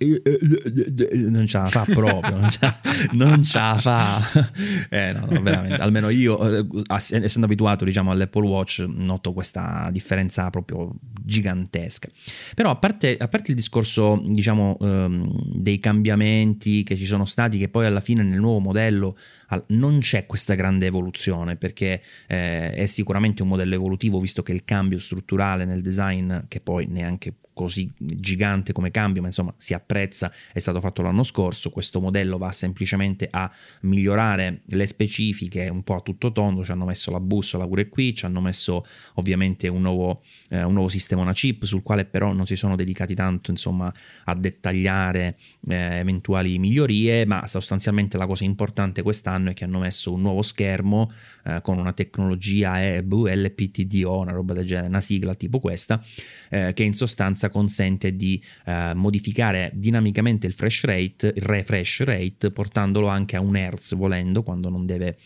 non ce la fa proprio, non ce la fa. No, veramente, almeno io, essendo abituato diciamo all'Apple Watch, noto questa differenza proprio gigantesca. Però a parte il discorso diciamo dei cambiamenti che ci sono stati, che poi alla fine nel nuovo modello non c'è questa grande evoluzione, perché è sicuramente un modello evolutivo, visto che il cambio strutturale nel design, che poi neanche così gigante come cambio, ma insomma si apprezza, è stato fatto l'anno scorso. Questo modello va semplicemente a migliorare le specifiche un po' a tutto tondo. Ci hanno messo la bussola pure qui, ci hanno messo ovviamente un nuovo sistema, una chip, sul quale però non si sono dedicati tanto insomma a dettagliare eventuali migliorie, ma sostanzialmente la cosa importante quest'anno è che hanno messo un nuovo schermo con una tecnologia LPTDO, una roba del genere, una sigla tipo questa, che in sostanza consente di modificare dinamicamente il refresh rate, portandolo anche a un Hz volendo, quando non deve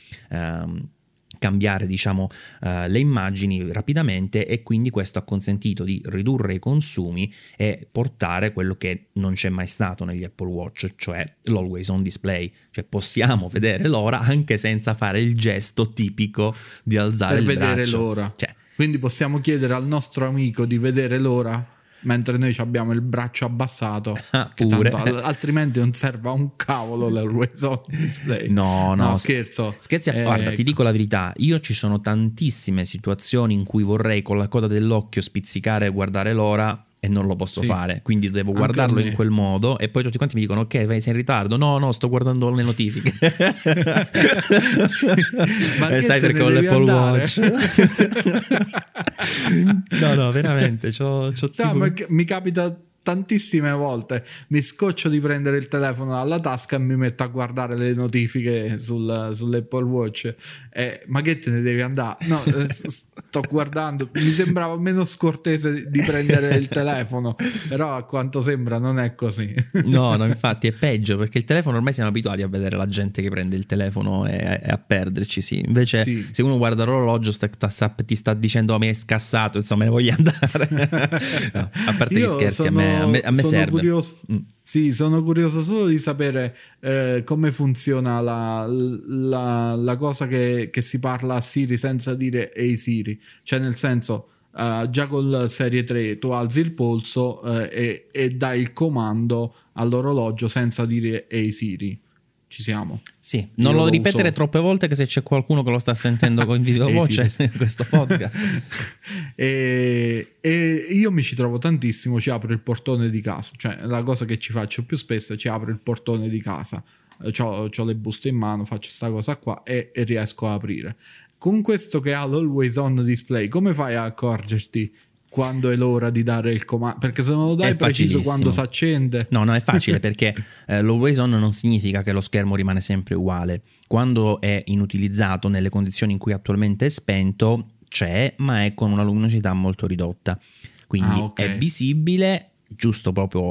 cambiare diciamo le immagini rapidamente, e quindi questo ha consentito di ridurre i consumi e portare quello che non c'è mai stato negli Apple Watch, cioè l'always on display. Cioè possiamo vedere l'ora anche senza fare il gesto tipico di alzare il braccio per vedere l'ora. Cioè, quindi possiamo chiedere al nostro amico di vedere l'ora mentre noi abbiamo il braccio abbassato, pure. Tanto, altrimenti non serve a un cavolo l'always on display. No, scherzo. Scherzi, guarda, ti dico la verità, io ci sono tantissime situazioni in cui vorrei con la coda dell'occhio spizzicare e guardare l'ora e non lo posso fare, quindi devo guardarlo in quel modo, e poi tutti quanti mi dicono ok, sei in ritardo. No, sto guardando le notifiche. Ma sai, perché ho l'Apple Watch. no, veramente mi capita tantissime volte, mi scoccio di prendere il telefono dalla tasca e mi metto a guardare le notifiche sull'Apple Watch. Ma che te ne devi andare? No, sto guardando, mi sembrava meno scortese di prendere il telefono, però a quanto sembra non è così. No, infatti è peggio, perché il telefono ormai siamo abituati a vedere la gente che prende il telefono e a perderci, sì. Invece se uno guarda l'orologio ti sta dicendo a me è scassato, insomma, me ne voglio andare. No, a parte gli scherzi, a me serve. Curioso. Sì, sono curioso solo di sapere come funziona la cosa che si parla a Siri senza dire Ehi Siri. Cioè, nel senso, già con Serie 3 tu alzi il polso e dai il comando all'orologio senza dire Ehi Siri. Ci siamo? Sì, non lo ripetere troppe volte, che se c'è qualcuno che lo sta sentendo con video voce questo podcast. E io mi ci trovo tantissimo, ci apro il portone di casa, cioè la cosa che ci faccio più spesso è ci apro il portone di casa, c'ho le buste in mano, faccio sta cosa qua e riesco a aprire. Con questo che ha l'always on display, come fai a accorgerti quando è l'ora di dare il comando? Perché se non lo dai preciso quando si accende. No, è facile perché l'always on non significa che lo schermo rimane sempre uguale. Quando è inutilizzato nelle condizioni in cui attualmente è spento c'è, ma è con una luminosità molto ridotta, quindi è visibile giusto proprio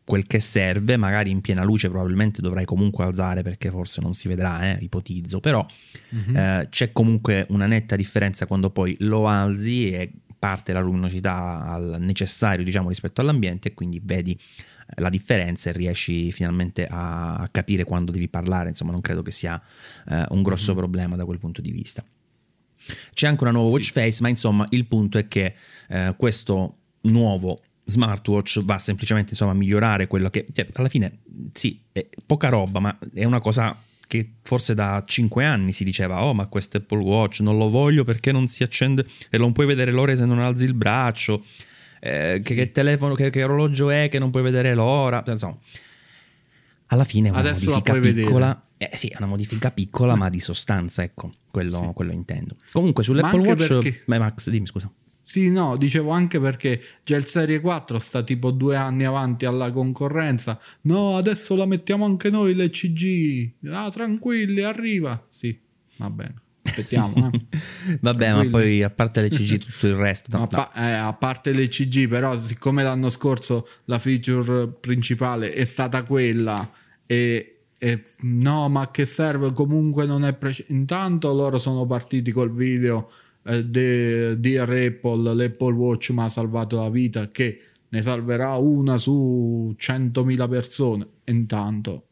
quel che serve, magari in piena luce probabilmente dovrai comunque alzare perché forse non si vedrà, ipotizzo, però c'è comunque una netta differenza quando poi lo alzi e parte la luminosità al necessario, diciamo, rispetto all'ambiente, e quindi vedi la differenza e riesci finalmente a capire quando devi parlare. Insomma, non credo che sia un grosso problema da quel punto di vista. C'è anche una nuova watch face, ma insomma il punto è che questo nuovo smartwatch va semplicemente, insomma, a migliorare quello che, cioè, alla fine sì, è poca roba, ma è una cosa che forse da 5 anni si diceva: oh, ma questo Apple Watch non lo voglio perché non si accende e non puoi vedere l'ora se non alzi il braccio, che telefono, che orologio è che non puoi vedere l'ora, insomma. Alla fine è una adesso modifica piccola, sì, è una modifica piccola ma di sostanza, ecco, quello intendo. Comunque sull'Apple Watch perché... Max, dimmi, scusa. Sì, no, dicevo anche perché già il Serie 4 sta tipo 2 anni avanti alla concorrenza. No, adesso la mettiamo anche noi l'ECG. Ah, tranquilli, arriva. Sì, va bene, aspettiamo. Vabbè, ma poi a parte l'ECG tutto il resto. No. A parte l'ECG, però siccome l'anno scorso la feature principale è stata quella no, ma che serve, comunque non è intanto loro sono partiti col video Dear Apple, l'Apple Watch mi ha salvato la vita, che ne salverà una su 100.000 persone. Intanto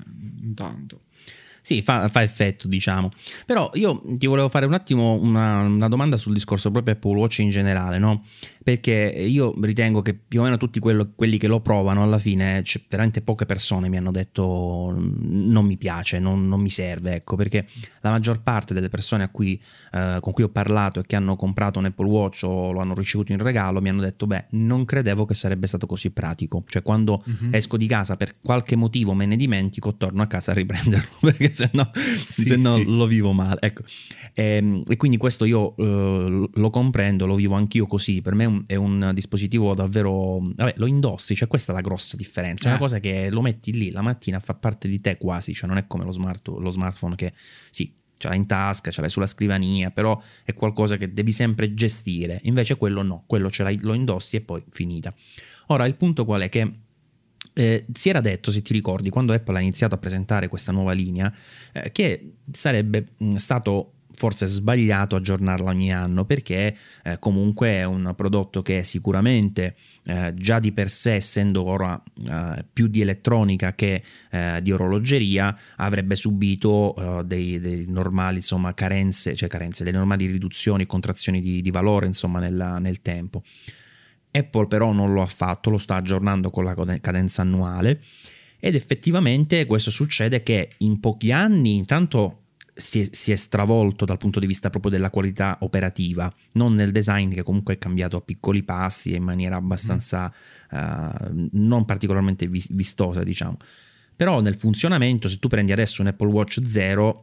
sì, fa effetto, diciamo. Però io ti volevo fare un attimo una domanda sul discorso proprio Apple Watch in generale, no? Perché io ritengo che più o meno tutti quelli che lo provano, alla fine veramente poche persone mi hanno detto non mi piace, non mi serve, ecco, perché la maggior parte delle persone con cui ho parlato e che hanno comprato un Apple Watch o lo hanno ricevuto in regalo mi hanno detto: beh, non credevo che sarebbe stato così pratico, cioè quando esco di casa per qualche motivo me ne dimentico, torno a casa a riprenderlo perché se no lo vivo male, ecco. E quindi questo io lo comprendo, lo vivo anch'io così. Per me è un dispositivo davvero, vabbè, lo indossi, cioè questa è la grossa differenza, è una cosa che lo metti lì la mattina, fa parte di te quasi, cioè non è come lo smartphone che sì, ce l'hai in tasca, ce l'hai sulla scrivania, però è qualcosa che devi sempre gestire. Invece quello no, quello lo indossi e poi finita. Ora il punto qual è? Che si era detto, se ti ricordi, quando Apple ha iniziato a presentare questa nuova linea, che sarebbe stato forse sbagliato aggiornarla ogni anno, perché comunque è un prodotto che sicuramente già di per sé, essendo ora più di elettronica che di orologeria, avrebbe subito dei normali, insomma, carenze, delle normali riduzioni, contrazioni di valore, insomma, nel tempo. Apple però non lo ha fatto, lo sta aggiornando con la cadenza annuale, ed effettivamente questo succede che in pochi anni intanto si è stravolto dal punto di vista proprio della qualità operativa, non nel design, che comunque è cambiato a piccoli passi e in maniera abbastanza non particolarmente vistosa, diciamo. Però nel funzionamento, se tu prendi adesso un Apple Watch 0,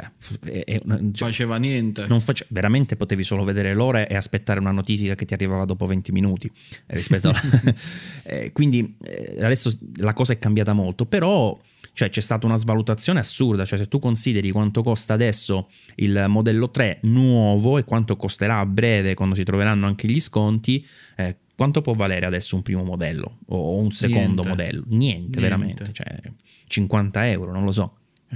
faceva niente, veramente potevi solo vedere l'ora e aspettare una notifica che ti arrivava dopo 20 minuti rispetto quindi adesso la cosa è cambiata molto, però c'è stata una svalutazione assurda. Cioè, se tu consideri quanto costa adesso il modello 3 nuovo e quanto costerà a breve quando si troveranno anche gli sconti, quanto può valere adesso un primo modello o un secondo modello? Niente, veramente, cioè 50 euro, non lo so.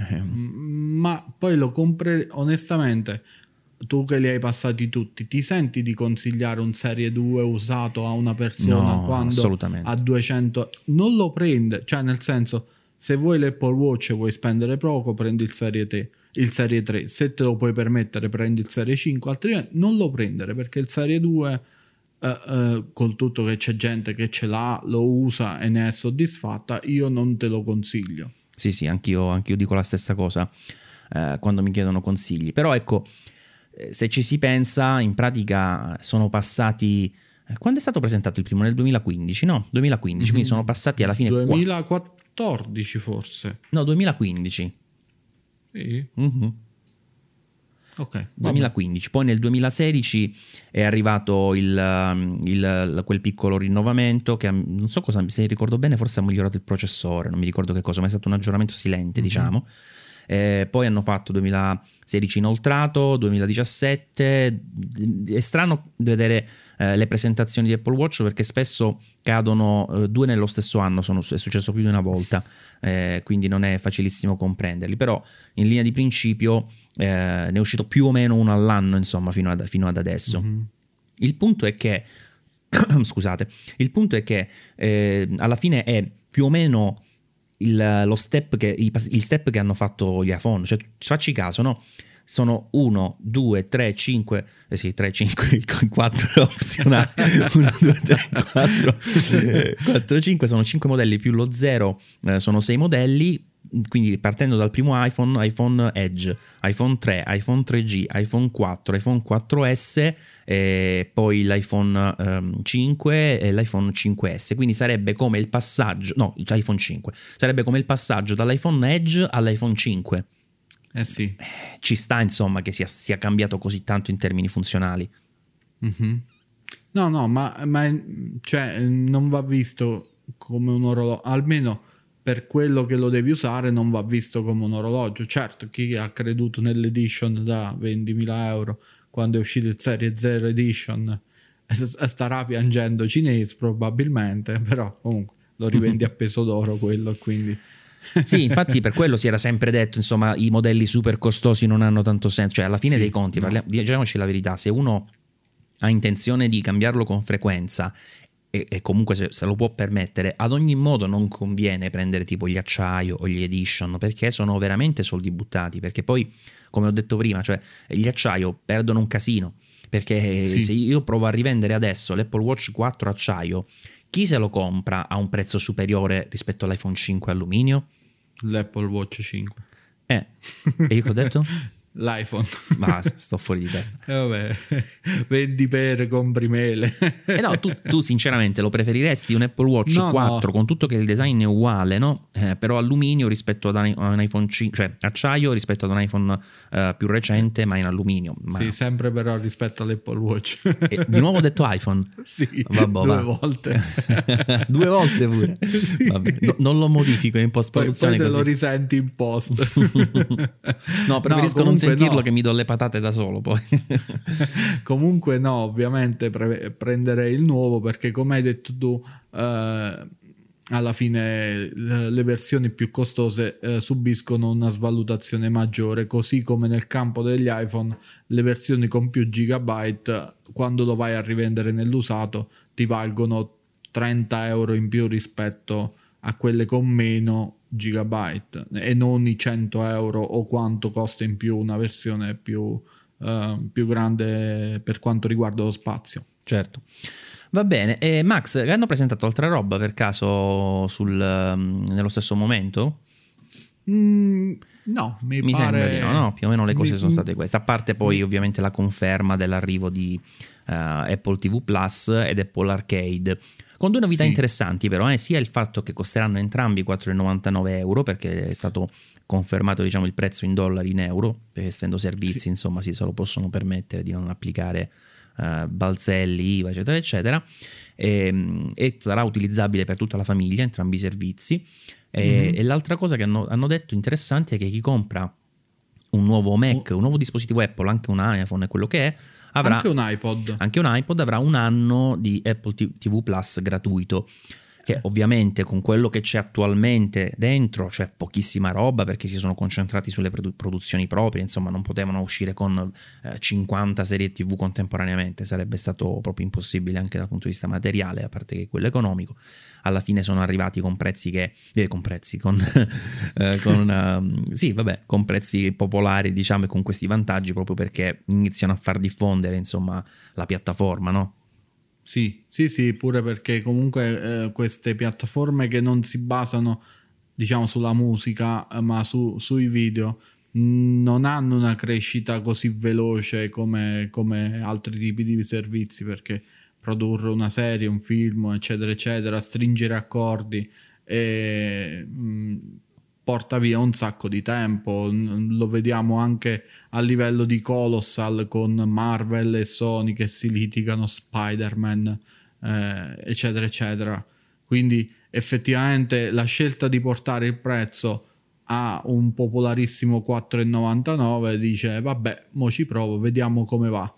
Ma poi lo compri, onestamente, tu che li hai passati tutti, ti senti di consigliare un Serie 2 usato a una persona? No, quando a 200 non lo prende? Cioè, nel senso, se vuoi l'Apple Watch e vuoi spendere poco, prendi il Serie 3, se te lo puoi permettere prendi il Serie 5, altrimenti non lo prendere, perché il Serie 2 col tutto che c'è gente che ce l'ha, lo usa e ne è soddisfatta, io non te lo consiglio. Sì, anch'io dico la stessa cosa quando mi chiedono consigli. Però ecco, se ci si pensa, in pratica sono passati... quando è stato presentato il primo? Nel 2015, no? 2015, quindi sono passati alla fine... 2014 forse. No, 2015. Sì. Ok, 2015. Poi nel 2016 è arrivato quel piccolo rinnovamento che non so cosa, se ricordo bene, forse ha migliorato il processore, non mi ricordo che cosa, ma è stato un aggiornamento silente, diciamo. Poi hanno fatto 16 inoltrato, 2017. È strano vedere le presentazioni di Apple Watch perché spesso cadono due nello stesso anno, è successo più di una volta, quindi non è facilissimo comprenderli, però in linea di principio ne è uscito più o meno uno all'anno, insomma, fino ad adesso. Mm-hmm. Il punto è che scusate, il punto è che alla fine è più o meno il step che hanno fatto gli iPhone, cioè facci caso, no? Sono 1, 2, 3, 5, 3, 5, il 4 è opzionale, 1, 2, 3, 4, 5, sono 5 modelli più lo 0, sono 6 modelli, quindi partendo dal primo iPhone Edge, iPhone 3, iPhone 3G, iPhone 4, iPhone 4S, poi l'iPhone 5 e l'iPhone 5S, quindi sarebbe come il passaggio, iPhone 5, sarebbe come il passaggio dall'iPhone Edge all'iPhone 5. Sì. Ci sta, insomma, che sia cambiato così tanto in termini funzionali. Mm-hmm. No, ma cioè, non va visto come un orologio, almeno per quello che lo devi usare non va visto come un orologio. Certo, chi ha creduto nell'edition da 20.000 euro quando è uscito il Serie 0 Edition starà piangendo cinese probabilmente, però comunque lo rivendi a peso d'oro quello, quindi... Sì, infatti per quello si era sempre detto, insomma, i modelli super costosi non hanno tanto senso, cioè alla fine dei conti, diciamoci la verità, se uno ha intenzione di cambiarlo con frequenza e comunque se lo può permettere, ad ogni modo non conviene prendere tipo gli acciaio o gli edition, perché sono veramente soldi buttati, perché poi, come ho detto prima, cioè gli acciaio perdono un casino, perché se io provo a rivendere adesso l'Apple Watch 4 acciaio, chi se lo compra a un prezzo superiore rispetto all'iPhone 5 alluminio? L'Apple Watch 5. E io che ho detto? L'iPhone. Ma sto fuori di testa. Vabbè, vendi pere, compri mele. No, tu sinceramente lo preferiresti un Apple Watch 4 con tutto che il design è uguale, no? Però alluminio rispetto ad un iPhone 5, cioè acciaio rispetto ad un iPhone più recente ma in alluminio. Sì, sempre però rispetto all'Apple Watch. Di nuovo ho detto iPhone? Sì, due volte. 2 volte pure. Sì. Vabbè, non lo modifico in post-produzione. Poi te lo risenti in post. No, preferisco non sentirlo, che mi do le patate da solo poi. Comunque no, ovviamente prenderei il nuovo perché, come hai detto tu, alla fine le versioni più costose subiscono una svalutazione maggiore, così come nel campo degli iPhone le versioni con più gigabyte, quando lo vai a rivendere nell'usato, ti valgono 30 euro in più rispetto a quelle con meno gigabyte e non i 100 euro o quanto costa in più una versione più grande per quanto riguarda lo spazio. Certo. Va bene. E Max, hanno presentato altra roba per caso nello stesso momento? No, mi pare... sembra di no, più o meno le cose sono state queste, a parte poi ovviamente la conferma dell'arrivo di Apple TV Plus ed Apple Arcade, con due novità interessanti però, sia il fatto che costeranno entrambi 4,99 euro, perché è stato confermato, diciamo, il prezzo in dollari, in euro, perché essendo servizi insomma se lo possono permettere di non applicare balzelli, IVA eccetera eccetera, e sarà utilizzabile per tutta la famiglia entrambi i servizi. E l'altra cosa che hanno detto interessante è che chi compra un nuovo Mac, un nuovo dispositivo Apple, anche un iPhone e quello che è, avrà anche un iPod avrà un anno di Apple TV Plus gratuito, che ovviamente con quello che c'è attualmente dentro c'è pochissima roba, perché si sono concentrati sulle produzioni proprie, insomma non potevano uscire con 50 serie TV contemporaneamente, sarebbe stato proprio impossibile anche dal punto di vista materiale, a parte che quello economico. Alla fine sono arrivati con prezzi con prezzi popolari, diciamo, e con questi vantaggi, proprio perché iniziano a far diffondere, insomma, la piattaforma, no? Sì, pure perché comunque queste piattaforme che non si basano, diciamo, sulla musica, ma sui video, non hanno una crescita così veloce come altri tipi di servizi, perché produrre una serie, un film, eccetera eccetera, stringere accordi porta via un sacco di tempo. Lo vediamo anche a livello di Colossal con Marvel e Sony che si litigano, Spider-Man, eccetera eccetera. Quindi effettivamente la scelta di portare il prezzo ha un popolarissimo 4,99, dice vabbè, mo ci provo, vediamo come va.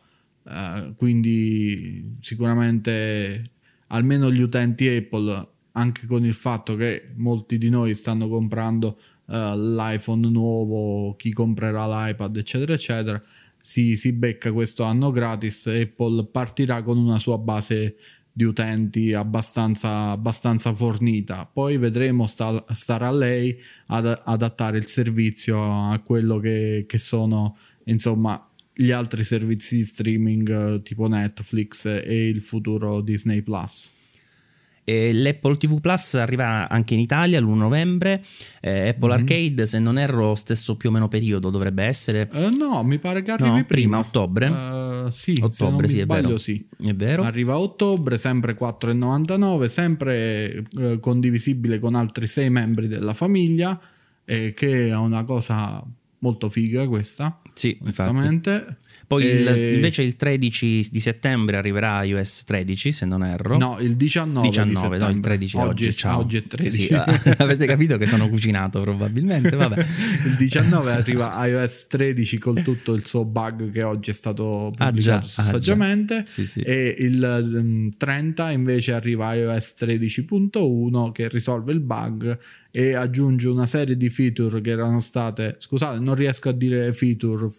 Quindi sicuramente almeno gli utenti Apple, anche con il fatto che molti di noi stanno comprando l'iPhone nuovo, chi comprerà l'iPad eccetera eccetera, si becca questo anno gratis. Apple partirà con una sua base di utenti abbastanza fornita, poi vedremo, starà a lei ad adattare il servizio a quello che sono insomma gli altri servizi di streaming tipo Netflix e il futuro Disney Plus. E l'Apple TV Plus arriva anche in Italia l'1 novembre. Apple Arcade, se non erro, stesso più o meno periodo dovrebbe essere. No, mi pare che arrivi prima ottobre. Sì, ottobre, se non mi sì, sbaglio, è vero. sì. È vero. Arriva a ottobre, sempre 4,99, sempre condivisibile con altri 6 membri della famiglia, che è una cosa molto figa questa. Sì, onestamente. Infatti. Poi invece il 13 di settembre arriverà iOS 13, se non erro. No, il 19 di settembre. No, il 13 oggi. Ciao. Oggi è 13. Sì, avete capito che sono cucinato probabilmente, vabbè. Il 19 arriva iOS 13 con tutto il suo bug che oggi è stato pubblicato su Saggiamente. Sì. E il 30 invece arriva iOS 13.1 che risolve il bug e aggiunge una serie di feature che erano state, scusate, non riesco a dire feature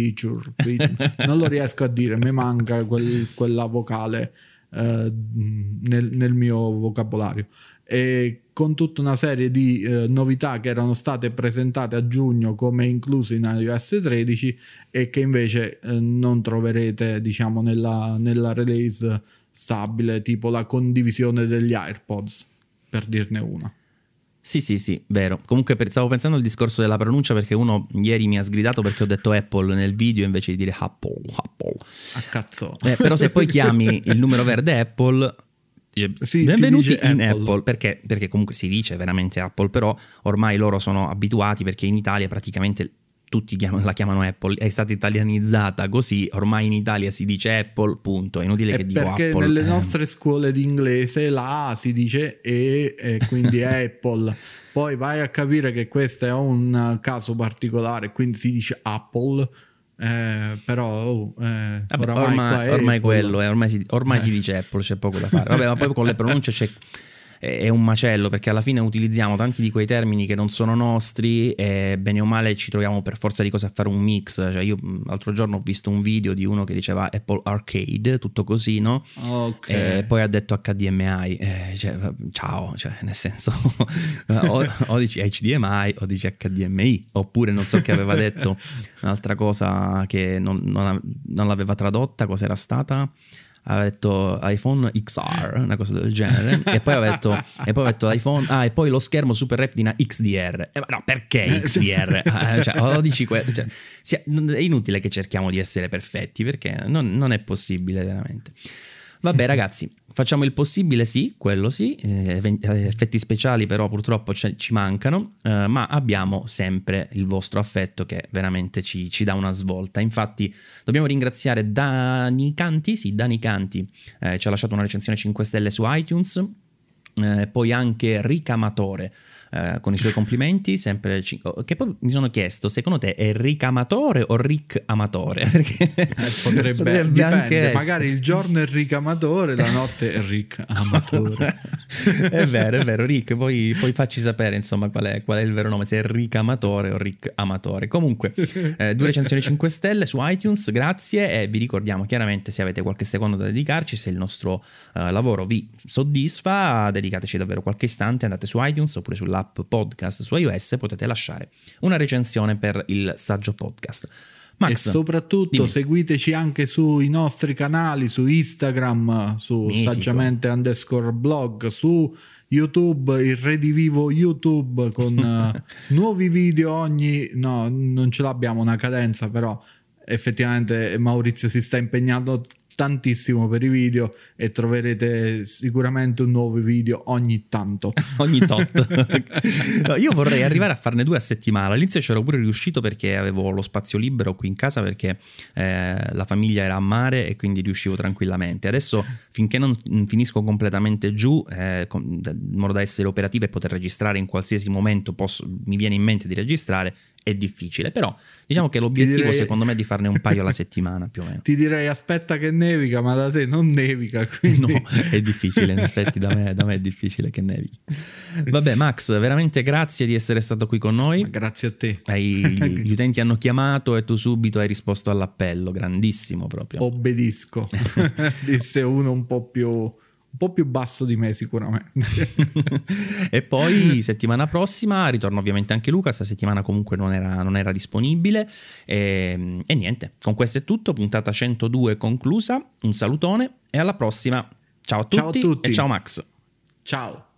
non lo riesco a dire, mi manca quella vocale nel mio vocabolario, e con tutta una serie di novità che erano state presentate a giugno come incluse in iOS 13 e che invece non troverete, diciamo, nella release stabile, tipo la condivisione degli AirPods, per dirne una. Sì, vero. Comunque stavo pensando al discorso della pronuncia, perché uno ieri mi ha sgridato perché ho detto Apple nel video invece di dire Apple. A cazzo. Però se poi chiami il numero verde Apple, dice, sì, benvenuti in Apple. Perché comunque si dice veramente Apple, però ormai loro sono abituati, perché in Italia praticamente tutti la chiamano Apple, è stata italianizzata così, ormai in Italia si dice Apple, punto, è inutile che dico Apple. Perché nelle nostre scuole di inglese la A si dice e quindi è Apple, poi vai a capire che questo è un caso particolare, quindi si dice Apple, però ormai quello è, ormai si dice Apple, c'è poco da fare. Vabbè, ma poi con le pronunce è un macello, perché alla fine utilizziamo tanti di quei termini che non sono nostri e bene o male ci troviamo per forza di cose a fare un mix. Cioè, io l'altro giorno ho visto un video di uno che diceva Apple Arcade, tutto così, no? Okay. E poi ha detto HDMI, ciao, cioè nel senso o dici HDMI o dici HDMI, oppure non so che aveva detto un'altra cosa che non l'aveva tradotta, cos'era stata? Aveva detto iPhone XR, una cosa del genere, e poi aveva detto iPhone, e poi lo schermo Super Retina XDR. Ma no, perché XDR? O dici è inutile che cerchiamo di essere perfetti, perché non è possibile veramente. Vabbè ragazzi, facciamo il possibile, sì, quello sì, effetti speciali però purtroppo ci mancano, ma abbiamo sempre il vostro affetto che veramente ci dà una svolta. Infatti dobbiamo ringraziare Dani Canti, ci ha lasciato una recensione 5 stelle su iTunes, poi anche Ricamatore con i suoi complimenti, sempre che poi mi sono chiesto, secondo te è Ricamatore o Rick Amatore? Perché potrebbe dipende, magari il giorno è Rick Amatore, la notte è Rick Amatore. È vero, Rick, poi facci sapere insomma qual è il vero nome, se è Rick Amatore o Rick Amatore. Comunque 2 recensioni 5 stelle su iTunes, grazie, e vi ricordiamo chiaramente, se avete qualche secondo da dedicarci, se il nostro lavoro vi soddisfa, dedicateci davvero qualche istante, andate su iTunes oppure sull'app podcast su iOS, potete lasciare una recensione per il Saggio Podcast. Max, e soprattutto seguiteci anche sui nostri canali, su Instagram, su Saggiamente _blog, su YouTube, il redivivo YouTube con nuovi video non ce l'abbiamo una cadenza, però effettivamente Maurizio si sta impegnando tantissimo per i video e troverete sicuramente un nuovo video ogni tanto. Ogni tot. No, io vorrei arrivare a farne 2 a settimana. All'inizio c'ero pure riuscito perché avevo lo spazio libero qui in casa, perché la famiglia era a mare e quindi riuscivo tranquillamente. Adesso, finché non finisco completamente giù, in modo da essere operativa e poter registrare in qualsiasi momento mi viene in mente di registrare, è difficile. Però diciamo che l'obiettivo secondo me è di farne un paio alla settimana più o meno. Ti direi aspetta che nevica, ma da te non nevica, quindi... No, è difficile, in effetti da me è difficile che nevichi. Vabbè Max, veramente grazie di essere stato qui con noi. Ma grazie a te. Gli utenti hanno chiamato e tu subito hai risposto all'appello, grandissimo proprio. Obbedisco, disse uno un po' più basso di me sicuramente. E poi settimana prossima ritorna ovviamente anche Luca. Questa settimana comunque non era disponibile e niente, con questo è tutto, puntata 102 conclusa. Un salutone e alla prossima. Ciao a tutti. E ciao Max. Ciao.